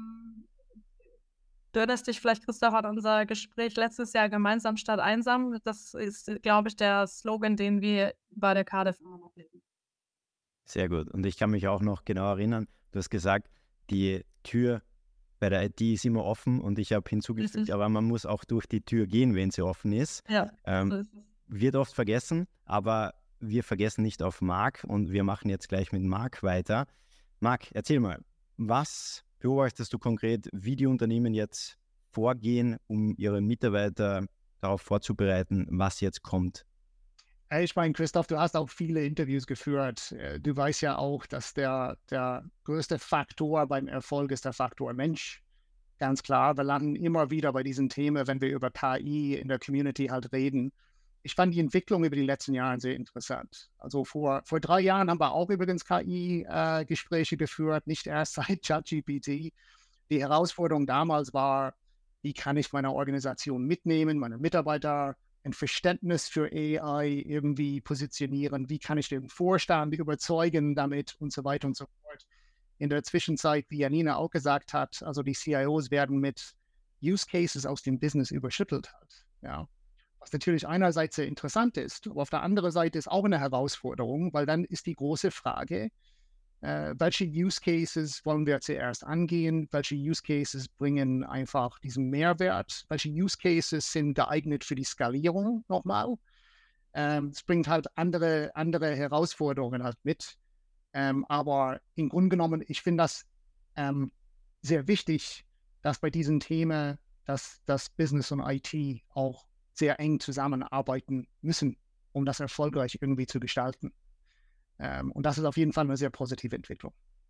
du erinnerst dich vielleicht, Christoph, an unser Gespräch letztes Jahr gemeinsam statt einsam. Das ist, glaube ich, der Slogan, den wir bei der KaDeWe immer noch leben. Sehr gut. Und ich kann mich auch noch genau erinnern, du hast gesagt, die Tür bei der IT ist immer offen und ich habe hinzugefügt, aber man muss auch durch die Tür gehen, wenn sie offen ist. Ja, so ist es. Wird oft vergessen, aber wir vergessen nicht auf Marc und wir machen jetzt gleich mit Marc weiter. Marc, erzähl mal, was beobachtest du konkret, wie die Unternehmen jetzt vorgehen, um ihre Mitarbeiter darauf vorzubereiten, was jetzt kommt? Ich meine, Christoph, du hast auch viele Interviews geführt. Du weißt ja auch, dass der größte Faktor beim Erfolg ist der Faktor Mensch. Ganz klar, wir landen immer wieder bei diesen Themen, wenn wir über KI in der Community halt reden. Ich fand die Entwicklung über die letzten Jahre sehr interessant. Also vor 3 Jahren haben wir auch übrigens KI-Gespräche geführt, nicht erst seit ChatGPT. Die Herausforderung damals war, wie kann ich meine Organisation mitnehmen, meine Mitarbeiter ein Verständnis für AI irgendwie positionieren, wie kann ich den Vorstand überzeugen damit und so weiter und so fort. In der Zwischenzeit, wie Janina auch gesagt hat, also die CIOs werden mit Use Cases aus dem Business überschüttelt hat. Ja. Was natürlich einerseits sehr interessant ist, aber auf der anderen Seite ist auch eine Herausforderung, weil dann ist die große Frage, welche Use Cases wollen wir zuerst angehen? Welche Use Cases bringen einfach diesen Mehrwert? Welche Use Cases sind geeignet für die Skalierung nochmal? Es bringt halt andere Herausforderungen halt mit. Aber im Grunde genommen, ich finde das sehr wichtig, dass bei diesen Themen, dass das Business und IT auch sehr eng zusammenarbeiten müssen, um das erfolgreich irgendwie zu gestalten. Und das ist auf jeden Fall eine sehr positive Entwicklung.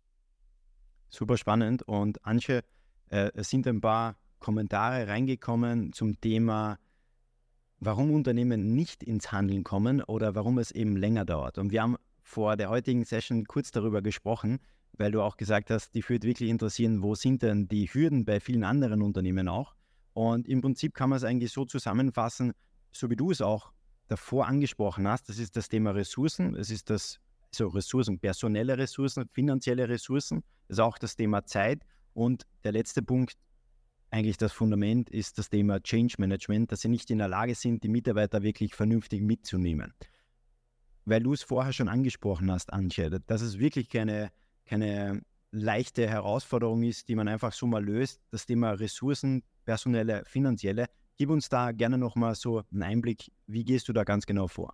Super spannend. Und Antje, es sind ein paar Kommentare reingekommen zum Thema, warum Unternehmen nicht ins Handeln kommen oder warum es eben länger dauert. Und wir haben vor der heutigen Session kurz darüber gesprochen, weil du auch gesagt hast, die würde wirklich interessieren, wo sind denn die Hürden bei vielen anderen Unternehmen auch. Und im Prinzip kann man es eigentlich so zusammenfassen, so wie du es auch davor angesprochen hast, das ist das Thema Ressourcen, es ist das Ressourcen, personelle Ressourcen, finanzielle Ressourcen, das ist auch das Thema Zeit und der letzte Punkt, eigentlich das Fundament, ist das Thema Change Management, dass sie nicht in der Lage sind, die Mitarbeiter wirklich vernünftig mitzunehmen. Weil du es vorher schon angesprochen hast, Antje, dass es wirklich keine leichte Herausforderung ist, die man einfach so mal löst, das Thema Ressourcen, personelle, finanzielle. Gib uns da gerne nochmal so einen Einblick, wie gehst du da ganz genau vor?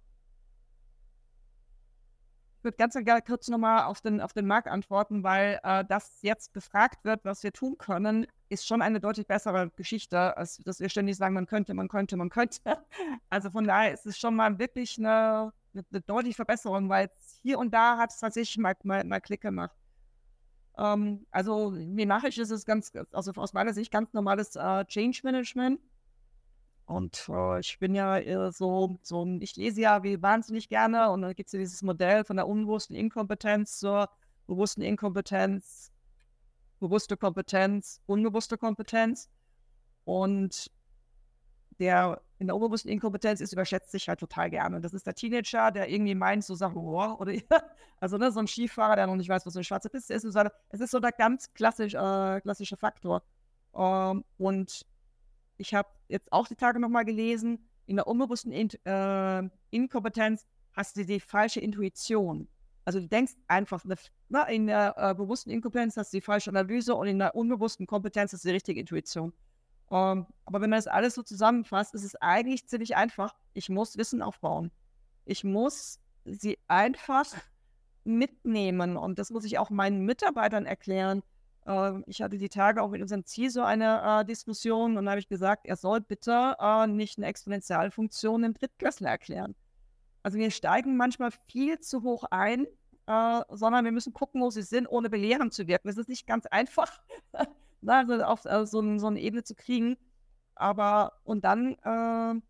Ich würde ganz gerne kurz nochmal auf den Marc antworten, weil das jetzt gefragt wird, was wir tun können, ist schon eine deutlich bessere Geschichte, als dass wir ständig sagen, man könnte. Also von daher ist es schon mal wirklich eine deutliche Verbesserung, weil hier und da hat es tatsächlich mal Klick gemacht. Also wie mache ich es? Also aus meiner Sicht ganz normales Change Management. Und ich bin ja ich lese ja wie wahnsinnig gerne und dann gibt es ja dieses Modell von der unbewussten Inkompetenz zur bewussten Inkompetenz, bewusste Kompetenz, unbewusste Kompetenz. Und in der unbewussten Inkompetenz überschätzt sich halt total gerne. Das ist der Teenager, der irgendwie meint, so Sachen, oder also so ein Skifahrer, der noch nicht weiß, was so eine schwarze Piste ist. Es ist so der ganz klassische Faktor. Und ich habe jetzt auch die Tage nochmal gelesen, in der unbewussten Inkompetenz hast du die falsche Intuition. Also du denkst einfach, in der bewussten Inkompetenz hast du die falsche Analyse und in der unbewussten Kompetenz hast du die richtige Intuition. Aber wenn man das alles so zusammenfasst, ist es eigentlich ziemlich einfach. Ich muss Wissen aufbauen. Ich muss sie einfach mitnehmen. Und das muss ich auch meinen Mitarbeitern erklären. Ich hatte die Tage auch mit unserem CISO eine Diskussion und da habe ich gesagt, er soll bitte nicht eine Exponentialfunktion im Drittklässler erklären. Also wir steigen manchmal viel zu hoch ein, sondern wir müssen gucken, wo sie sind, ohne belehrend zu wirken. Das ist nicht ganz einfach, also auf so eine Ebene zu kriegen. Aber und dann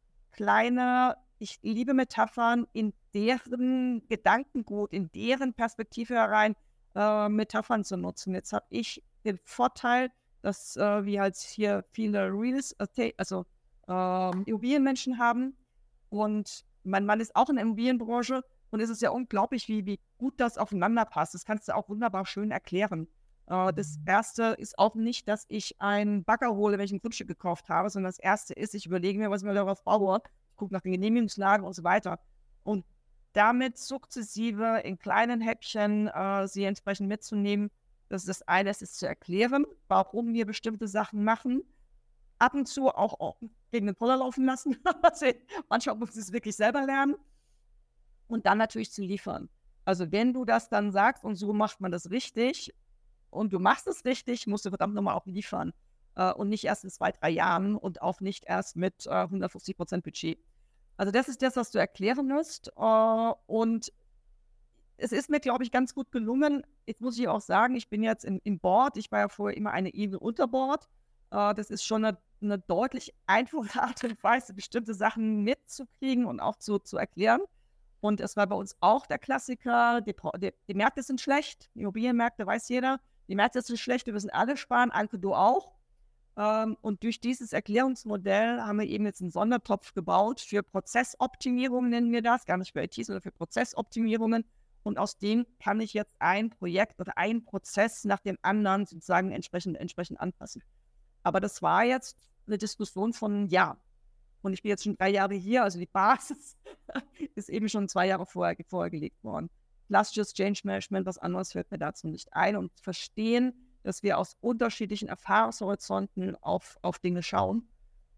ich liebe Metaphern, in deren Gedankengut, in deren Perspektive herein Metaphern zu nutzen. Jetzt habe ich den Vorteil, dass wir halt hier viele Immobilienmenschen haben und mein Mann ist auch in der Immobilienbranche und es ist ja unglaublich, wie gut das aufeinander passt. Das kannst du auch wunderbar schön erklären. Das Erste ist auch nicht, dass ich einen Bagger hole, wenn ich ein Grundstück gekauft habe, sondern das Erste ist, ich überlege mir, was ich mir darauf baue, gucke nach den Genehmigungslagen und so weiter. Und damit sukzessive in kleinen Häppchen sie entsprechend mitzunehmen. Das ist das eine, ist zu erklären, warum wir bestimmte Sachen machen. Ab und zu auch gegen den Poller laufen lassen. Manchmal muss es wirklich selber lernen. Und dann natürlich zu liefern. Also wenn du das dann sagst und so macht man das richtig und du machst es richtig, musst du verdammt nochmal auch liefern. Und nicht erst in 2, 3 Jahren und auch nicht erst mit 150% Budget. Also das ist das, was du erklären musst. Und es ist mir, glaube ich, ganz gut gelungen. Jetzt muss ich auch sagen, ich bin jetzt im Board. Ich war ja vorher immer eine Ebene unter Board. Das ist schon eine deutlich einfache Art und Weise, bestimmte Sachen mitzukriegen und auch zu erklären. Und es war bei uns auch der Klassiker, die Märkte sind schlecht, die Immobilienmärkte weiß jeder, die Märkte sind schlecht, wir müssen alle sparen, Anke, du auch. Und durch dieses Erklärungsmodell haben wir eben jetzt einen Sondertopf gebaut für Prozessoptimierung, nennen wir das, gar nicht für IT, sondern für Prozessoptimierungen. Und aus dem kann ich jetzt ein Projekt oder einen Prozess nach dem anderen sozusagen entsprechend anpassen. Aber das war jetzt eine Diskussion von einem Jahr. Und ich bin jetzt schon 3 Jahre hier, also die Basis ist eben schon 2 Jahre vorher gelegt worden. Klassisches Change Management, was anderes fällt mir dazu nicht ein und verstehen, dass wir aus unterschiedlichen Erfahrungshorizonten auf Dinge schauen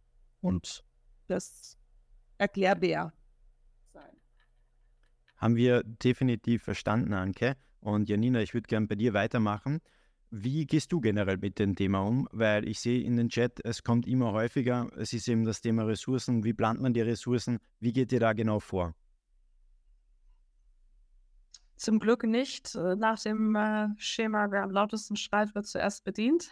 und das erklärbär sein. Haben wir definitiv verstanden, Anke. Und Janina, ich würde gerne bei dir weitermachen. Wie gehst du generell mit dem Thema um? Weil ich sehe in den Chat, es kommt immer häufiger, es ist eben das Thema Ressourcen. Wie plant man die Ressourcen? Wie geht ihr da genau vor? Zum Glück nicht. Nach dem Schema, wer am lautesten schreit, wird zuerst bedient.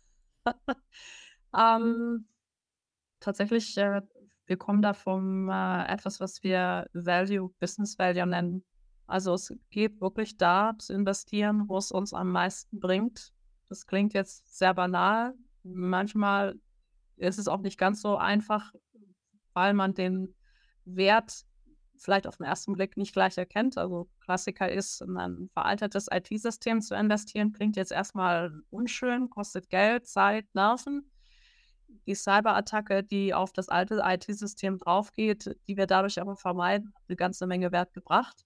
Tatsächlich, wir kommen da vom etwas, was wir Business Value nennen. Also es geht wirklich da zu investieren, wo es uns am meisten bringt. Das klingt jetzt sehr banal. Manchmal ist es auch nicht ganz so einfach, weil man den Wert vielleicht auf den ersten Blick nicht gleich erkennt. Also Klassiker ist, in ein veraltetes IT-System zu investieren, klingt jetzt erstmal unschön, kostet Geld, Zeit, Nerven. Die Cyberattacke, die auf das alte IT-System draufgeht, die wir dadurch aber vermeiden, hat eine ganze Menge Wert gebracht.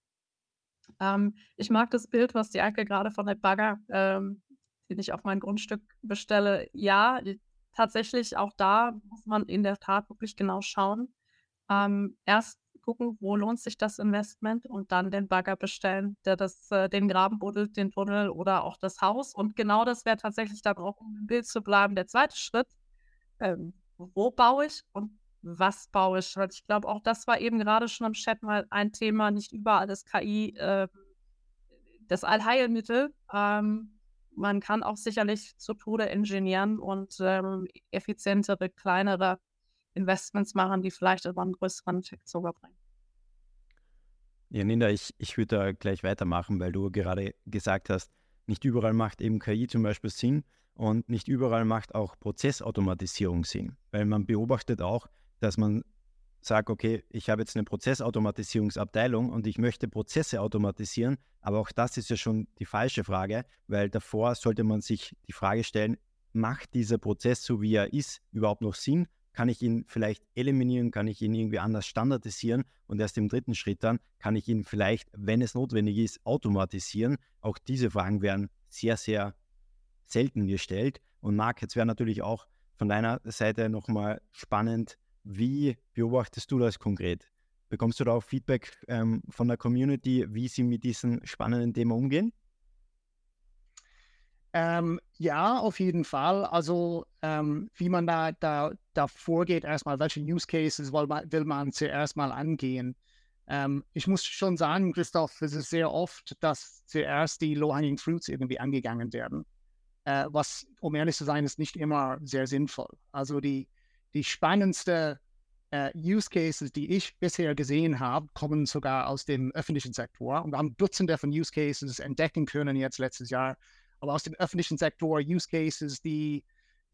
Ich mag das Bild, was die Anke gerade von dem Bagger, den ich auf mein Grundstück bestelle. Ja, tatsächlich auch da muss man in der Tat wirklich genau schauen. Erst gucken, wo lohnt sich das Investment und dann den Bagger bestellen, der den Graben buddelt, den Tunnel oder auch das Haus. Und genau das wäre tatsächlich dann auch, um im Bild zu bleiben, der zweite Schritt. Wo baue ich und was baue ich? Weil ich glaube, auch das war eben gerade schon im Chat mal ein Thema, nicht überall ist KI das Allheilmittel. Man kann auch sicherlich zu Tode ingenieren und effizientere, kleinere Investments machen, die vielleicht über einen größeren Effekt sogar bringen. Janina, ich würde da gleich weitermachen, weil du gerade gesagt hast, nicht überall macht eben KI zum Beispiel Sinn und nicht überall macht auch Prozessautomatisierung Sinn, weil man beobachtet auch, dass man sagt, okay, ich habe jetzt eine Prozessautomatisierungsabteilung und ich möchte Prozesse automatisieren, aber auch das ist ja schon die falsche Frage, weil davor sollte man sich die Frage stellen, macht dieser Prozess, so wie er ist, überhaupt noch Sinn? Kann ich ihn vielleicht eliminieren? Kann ich ihn irgendwie anders standardisieren? Und erst im dritten Schritt dann kann ich ihn vielleicht, wenn es notwendig ist, automatisieren. Auch diese Fragen werden sehr, sehr selten gestellt. Und Marc, jetzt wäre natürlich auch von deiner Seite nochmal spannend, wie beobachtest du das konkret? Bekommst du da auch Feedback von der Community, wie sie mit diesem spannenden Thema umgehen? Ja, auf jeden Fall. Also wie man da vorgeht, erstmal, welche Use Cases will man zuerst mal angehen. Ich muss schon sagen, Christoph, es ist sehr oft, dass zuerst die Low-Hanging Fruits irgendwie angegangen werden. Was, um ehrlich zu sein, ist nicht immer sehr sinnvoll. Also die spannendste Use Cases, die ich bisher gesehen habe, kommen sogar aus dem öffentlichen Sektor. Und wir haben Dutzende von Use Cases entdecken können jetzt letztes Jahr. Aber aus dem öffentlichen Sektor Use Cases, die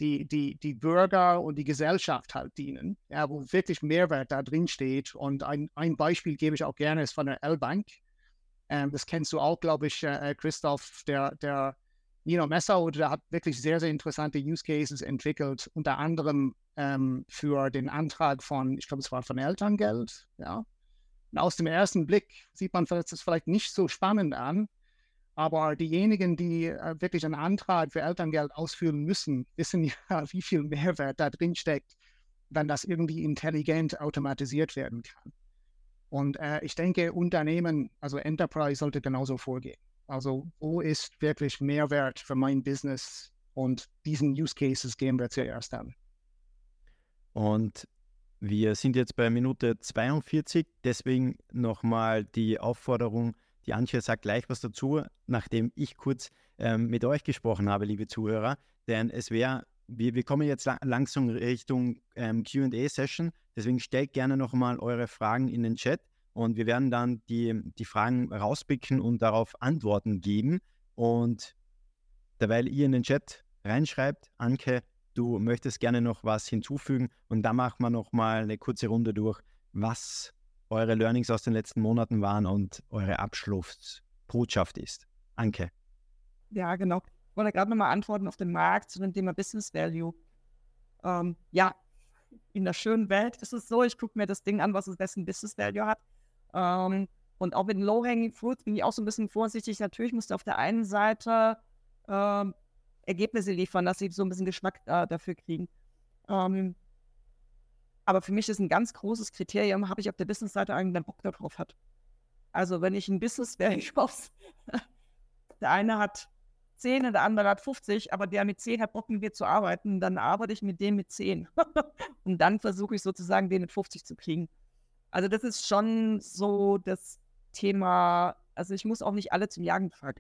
Bürger und die Gesellschaft halt dienen, ja, wo wirklich Mehrwert da drin steht. Und ein Beispiel gebe ich auch gerne, ist von der L-Bank. Das kennst du auch, glaube ich, Christoph, der Nino Messer, der hat wirklich sehr, sehr interessante Use Cases entwickelt, unter anderem für den Antrag von, ich glaube, es war von Elterngeld. Ja. Und aus dem ersten Blick sieht man das vielleicht nicht so spannend an, aber diejenigen, die wirklich einen Antrag für Elterngeld ausführen müssen, wissen ja, wie viel Mehrwert da drin steckt, wenn das irgendwie intelligent automatisiert werden kann. Und ich denke, Unternehmen, also Enterprise, sollte genauso vorgehen. Also wo ist wirklich Mehrwert für mein Business? Und diesen Use Cases gehen wir zuerst an. Und wir sind jetzt bei Minute 42, deswegen nochmal die Aufforderung, die Antje sagt gleich was dazu, nachdem ich kurz mit euch gesprochen habe, liebe Zuhörer, denn wir kommen jetzt langsam Richtung Q&A-Session, deswegen stellt gerne nochmal eure Fragen in den Chat und wir werden dann die Fragen rauspicken und darauf Antworten geben. Und derweil ihr in den Chat reinschreibt, Anke, du möchtest gerne noch was hinzufügen und dann machen wir nochmal eine kurze Runde durch, was eure Learnings aus den letzten Monaten waren und eure Abschlussbotschaft ist. Anke. Ja, genau. Ich wollte gerade nochmal antworten auf den Markt zu dem Thema Business Value. Ja, in der schönen Welt ist es so, ich gucke mir das Ding an, was es besten Business Value hat. Und auch mit Low-Hanging Fruit bin ich auch so ein bisschen vorsichtig. Natürlich musst du auf der einen Seite Ergebnisse liefern, dass sie so ein bisschen Geschmack dafür kriegen. Aber für mich ist ein ganz großes Kriterium, habe ich auf der Business-Seite einen Bock darauf hat. Also wenn ich ein Business Value der eine hat 10 und der andere hat 50, aber der mit 10 hat Bock mit mir zu arbeiten, dann arbeite ich mit dem mit 10. Und dann versuche ich sozusagen den mit 50 zu kriegen. Also das ist schon so das Thema, also ich muss auch nicht alle zum Jagen fragen.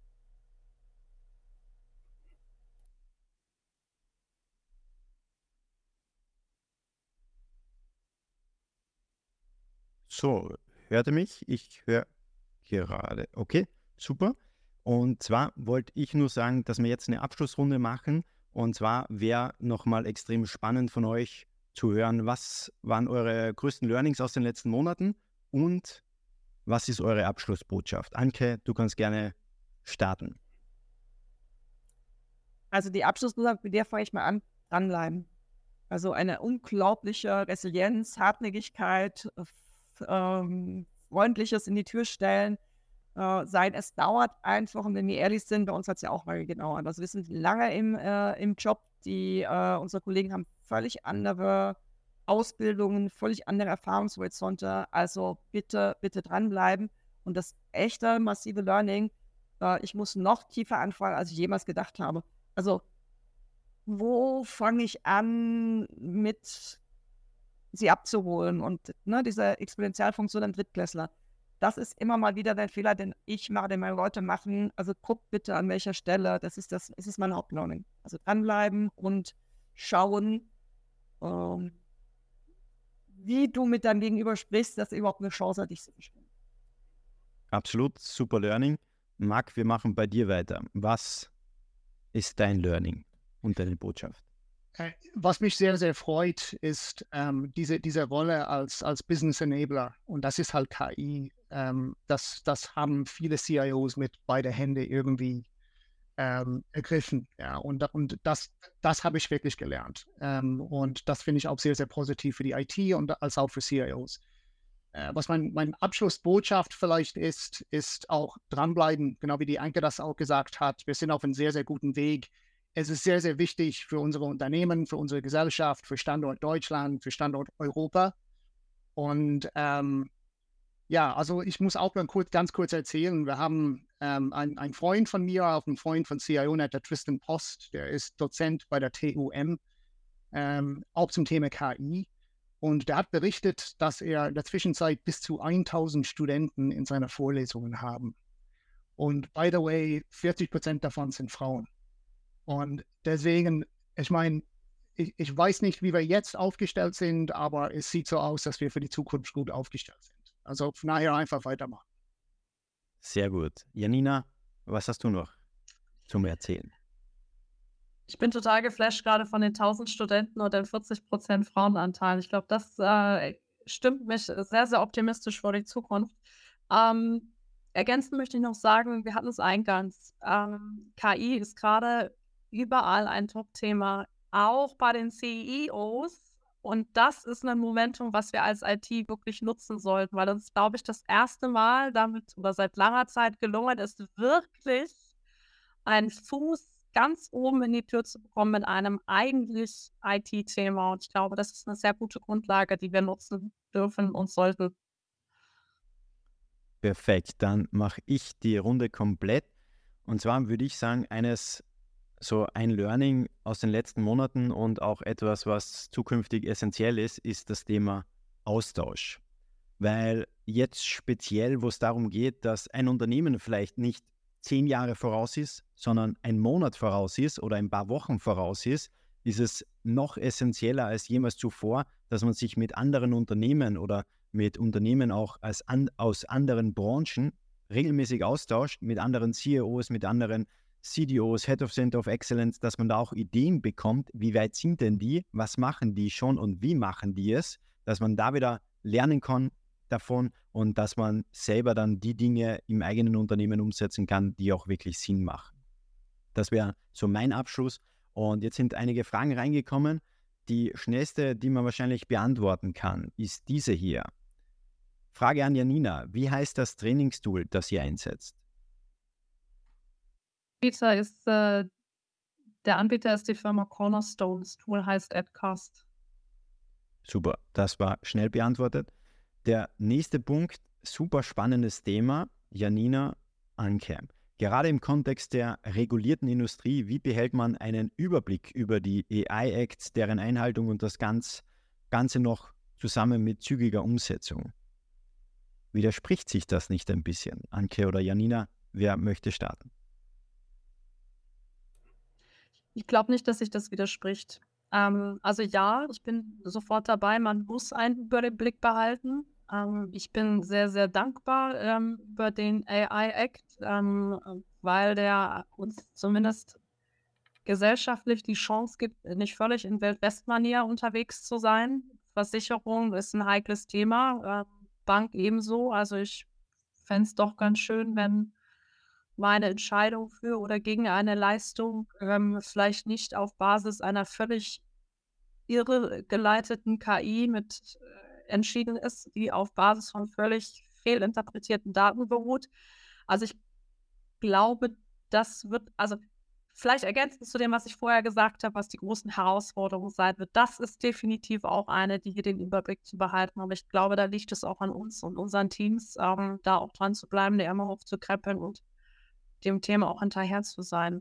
So, hört ihr mich? Ich höre gerade. Okay, super. Und zwar wollte ich nur sagen, dass wir jetzt eine Abschlussrunde machen. Und zwar wäre nochmal extrem spannend von euch zu hören, was waren eure größten Learnings aus den letzten Monaten und was ist eure Abschlussbotschaft? Anke, du kannst gerne starten. Also die Abschlussbotschaft, mit der fange ich mal an, dranbleiben. Also eine unglaubliche Resilienz, Hartnäckigkeit, Freundliches in die Tür stellen, sein. Es dauert einfach, und wenn wir ehrlich sind, bei uns hat es ja auch mal gedauert. Also wir sind lange im Job, unsere Kollegen haben völlig andere Ausbildungen, völlig andere Erfahrungshorizonte. Also bitte, bitte dranbleiben. Und das echte, massive Learning, ich muss noch tiefer anfangen, als ich jemals gedacht habe. Also wo fange ich an, mit sie abzuholen? Und diese Exponentialfunktion im Drittklässler, das ist immer mal wieder der Fehler, den ich mache, den meine Leute machen. Also guckt bitte, an welcher Stelle. Das ist mein Hauptlearning. Also dranbleiben und schauen, wie du mit deinem Gegenüber sprichst, dass er überhaupt eine Chance hat, dich zu verstehen. Absolut, super Learning. Marc, wir machen bei dir weiter. Was ist dein Learning und deine Botschaft? Was mich sehr, sehr freut, ist diese Rolle als Business Enabler. Und das ist halt KI. Das haben viele CIOs mit beide Hände irgendwie ergriffen. Ja. Und das habe ich wirklich gelernt. Und das finde ich auch sehr, sehr positiv für die IT und als auch für CIOs. Was meine Abschlussbotschaft vielleicht ist auch dranbleiben, genau wie die Anke das auch gesagt hat. Wir sind auf einem sehr, sehr guten Weg. Es ist sehr, sehr wichtig für unsere Unternehmen, für unsere Gesellschaft, für Standort Deutschland, für Standort Europa, Und ja, also ich muss auch mal ganz kurz erzählen, wir haben einen Freund von mir, auch einen Freund von CIONet, der Tristan Post, der ist Dozent bei der TUM, auch zum Thema KI. Und der hat berichtet, dass er in der Zwischenzeit bis zu 1000 Studenten in seiner Vorlesungen haben. Und by the way, 40% davon sind Frauen. Und deswegen, ich meine, ich weiß nicht, wie wir jetzt aufgestellt sind, aber es sieht so aus, dass wir für die Zukunft gut aufgestellt sind. Also von daher einfach weitermachen. Sehr gut. Janina, was hast du noch zum Erzählen? Ich bin total geflasht gerade von den 1000 Studenten und den 40% Frauenanteil. Ich glaube, das stimmt mich sehr, sehr optimistisch für die Zukunft. Ergänzend möchte ich noch sagen, wir hatten es eingangs. KI ist gerade überall ein Top-Thema, auch bei den CEOs. Und das ist ein Momentum, was wir als IT wirklich nutzen sollten, weil uns, glaube ich, das erste Mal damit oder seit langer Zeit gelungen ist, wirklich einen Fuß ganz oben in die Tür zu bekommen mit einem eigentlich IT-Thema. Und ich glaube, das ist eine sehr gute Grundlage, die wir nutzen dürfen und sollten. Perfekt, dann mache ich die Runde komplett. Und zwar würde ich sagen, so ein Learning aus den letzten Monaten und auch etwas, was zukünftig essentiell ist, ist das Thema Austausch. Weil jetzt speziell, wo es darum geht, dass ein Unternehmen vielleicht nicht 10 Jahre voraus ist, sondern ein Monat voraus ist oder ein paar Wochen voraus ist es noch essentieller als jemals zuvor, dass man sich mit anderen Unternehmen oder mit Unternehmen auch aus anderen Branchen regelmäßig austauscht, mit anderen CEOs, mit anderen CDOs, Head of Center of Excellence, dass man da auch Ideen bekommt, wie weit sind denn die, was machen die schon und wie machen die es, dass man da wieder lernen kann davon und dass man selber dann die Dinge im eigenen Unternehmen umsetzen kann, die auch wirklich Sinn machen. Das wäre so mein Abschluss. Und jetzt sind einige Fragen reingekommen. Die schnellste, die man wahrscheinlich beantworten kann, ist diese hier. Frage an Janina. Wie heißt das Trainingstool, das ihr einsetzt? Der Anbieter ist die Firma Cornerstone. Das Tool heißt Adcast. Super, das war schnell beantwortet. Der nächste Punkt, super spannendes Thema. Janina, Anke. Gerade im Kontext der regulierten Industrie, wie behält man einen Überblick über die AI-Acts, deren Einhaltung und das Ganze noch zusammen mit zügiger Umsetzung? Widerspricht sich das nicht ein bisschen? Anke oder Janina, wer möchte starten? Ich glaube nicht, dass sich das widerspricht. Also ja, ich bin sofort dabei. Man muss einen Überblick behalten. Ich bin sehr, sehr dankbar über den AI-Act, weil der uns zumindest gesellschaftlich die Chance gibt, nicht völlig in Wild-West-Manier unterwegs zu sein. Versicherung ist ein heikles Thema, Bank ebenso. Also ich fände es doch ganz schön, wenn meine Entscheidung für oder gegen eine Leistung vielleicht nicht auf Basis einer völlig irregeleiteten KI mit entschieden ist, die auf Basis von völlig fehlinterpretierten Daten beruht. Also ich glaube, das wird, also vielleicht ergänzend zu dem, was ich vorher gesagt habe, was die großen Herausforderungen sein wird. Das ist definitiv auch eine, die hier den Überblick zu behalten. Aber ich glaube, da liegt es auch an uns und unseren Teams, da auch dran zu bleiben, der immer hochzukrempeln und dem Thema auch hinterher zu sein.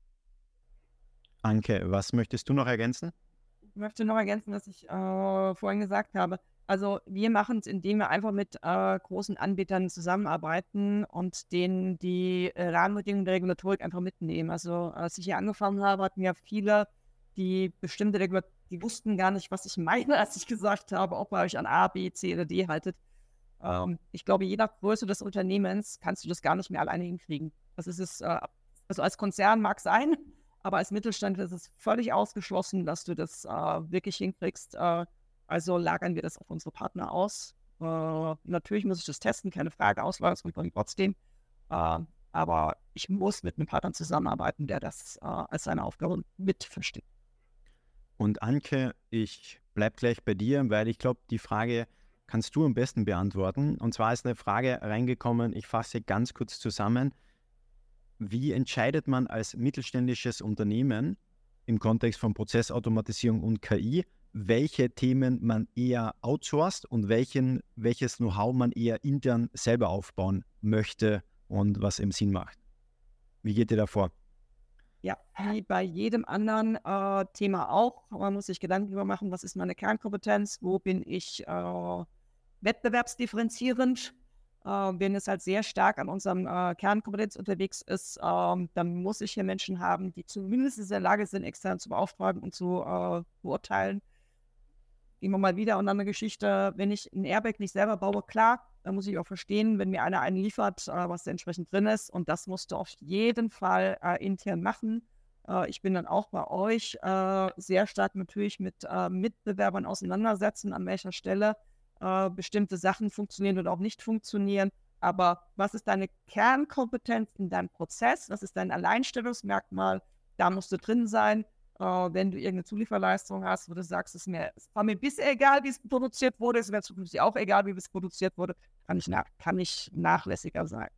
Anke, was möchtest du noch ergänzen? Ich möchte noch ergänzen, was ich vorhin gesagt habe. Also wir machen es, indem wir einfach mit großen Anbietern zusammenarbeiten und denen die Rahmenbedingungen der Regulatorik einfach mitnehmen. Also als ich hier angefangen habe, hatten wir viele, die bestimmte Regulatorik, die wussten gar nicht, was ich meine, als ich gesagt habe, ob ihr euch an A, B, C oder D haltet. Ich glaube, je nach Größe des Unternehmens kannst du das gar nicht mehr alleine hinkriegen. Das ist es, also als Konzern mag es sein, aber als Mittelstand ist es völlig ausgeschlossen, dass du das wirklich hinkriegst. Also lagern wir das auf unsere Partner aus. Natürlich muss ich das testen, keine Frage, Auslagerungskontrolle trotzdem. Aber ich muss mit einem Partner zusammenarbeiten, der das als seine Aufgabe mit versteht. Und Anke, ich bleibe gleich bei dir, weil ich glaube, die Frage kannst du am besten beantworten. Und zwar ist eine Frage reingekommen, ich fasse ganz kurz zusammen. Wie entscheidet man als mittelständisches Unternehmen im Kontext von Prozessautomatisierung und KI, welche Themen man eher outsourced und welches Know-how man eher intern selber aufbauen möchte und was im Sinn macht. Wie geht ihr da vor? Ja, wie bei jedem anderen Thema auch. Man muss sich Gedanken darüber machen, was ist meine Kernkompetenz, wo bin ich wettbewerbsdifferenzierend. Wenn es halt sehr stark an unserem Kernkompetenz unterwegs ist, dann muss ich hier Menschen haben, die zumindest in der Lage sind, extern zu beauftragen und zu beurteilen. Immer mal wieder und dann eine Geschichte, wenn ich ein Airbag nicht selber baue, klar, dann muss ich auch verstehen, wenn mir einer einen liefert, was da entsprechend drin ist. Und das musst du auf jeden Fall intern machen. Ich bin dann auch bei euch sehr stark natürlich mit Mitbewerbern auseinandersetzen, an welcher Stelle bestimmte Sachen funktionieren oder auch nicht funktionieren. Aber was ist deine Kernkompetenz in deinem Prozess? Was ist dein Alleinstellungsmerkmal? Da musst du drin sein. Wenn du irgendeine Zulieferleistung hast, wo du sagst, es war mir bisher egal, wie es produziert wurde, es wäre zukünftig auch egal, wie es produziert wurde, kann ich nachlässiger sein.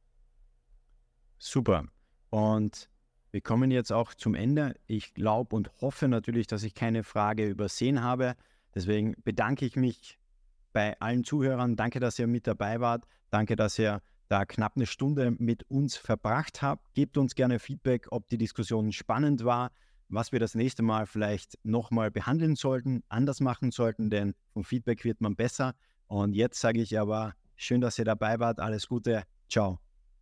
Super. Und wir kommen jetzt auch zum Ende. Ich glaube und hoffe natürlich, dass ich keine Frage übersehen habe. Deswegen bedanke ich mich bei allen Zuhörern. Danke, dass ihr mit dabei wart. Danke, dass ihr da knapp eine Stunde mit uns verbracht habt. Gebt uns gerne Feedback, ob die Diskussion spannend war, was wir das nächste Mal vielleicht nochmal behandeln sollten, anders machen sollten, denn vom Feedback wird man besser. Und jetzt sage ich aber, schön, dass ihr dabei wart. Alles Gute. Ciao.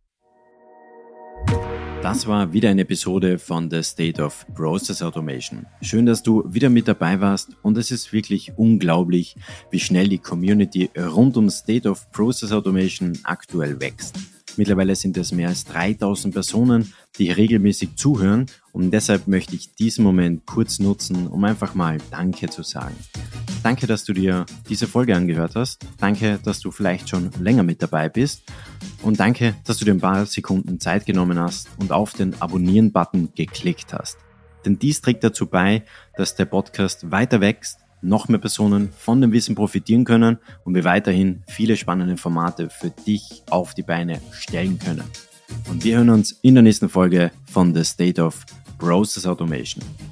Das war wieder eine Episode von The State of Process Automation. Schön, dass du wieder mit dabei warst und es ist wirklich unglaublich, wie schnell die Community rund um State of Process Automation aktuell wächst. Mittlerweile sind es mehr als 3000 Personen, die regelmäßig zuhören und deshalb möchte ich diesen Moment kurz nutzen, um einfach mal Danke zu sagen. Danke, dass du dir diese Folge angehört hast. Danke, dass du vielleicht schon länger mit dabei bist. Und danke, dass du dir ein paar Sekunden Zeit genommen hast und auf den Abonnieren-Button geklickt hast. Denn dies trägt dazu bei, dass der Podcast weiter wächst, noch mehr Personen von dem Wissen profitieren können und wir weiterhin viele spannende Formate für dich auf die Beine stellen können. Und wir hören uns in der nächsten Folge von The State of Process Automation.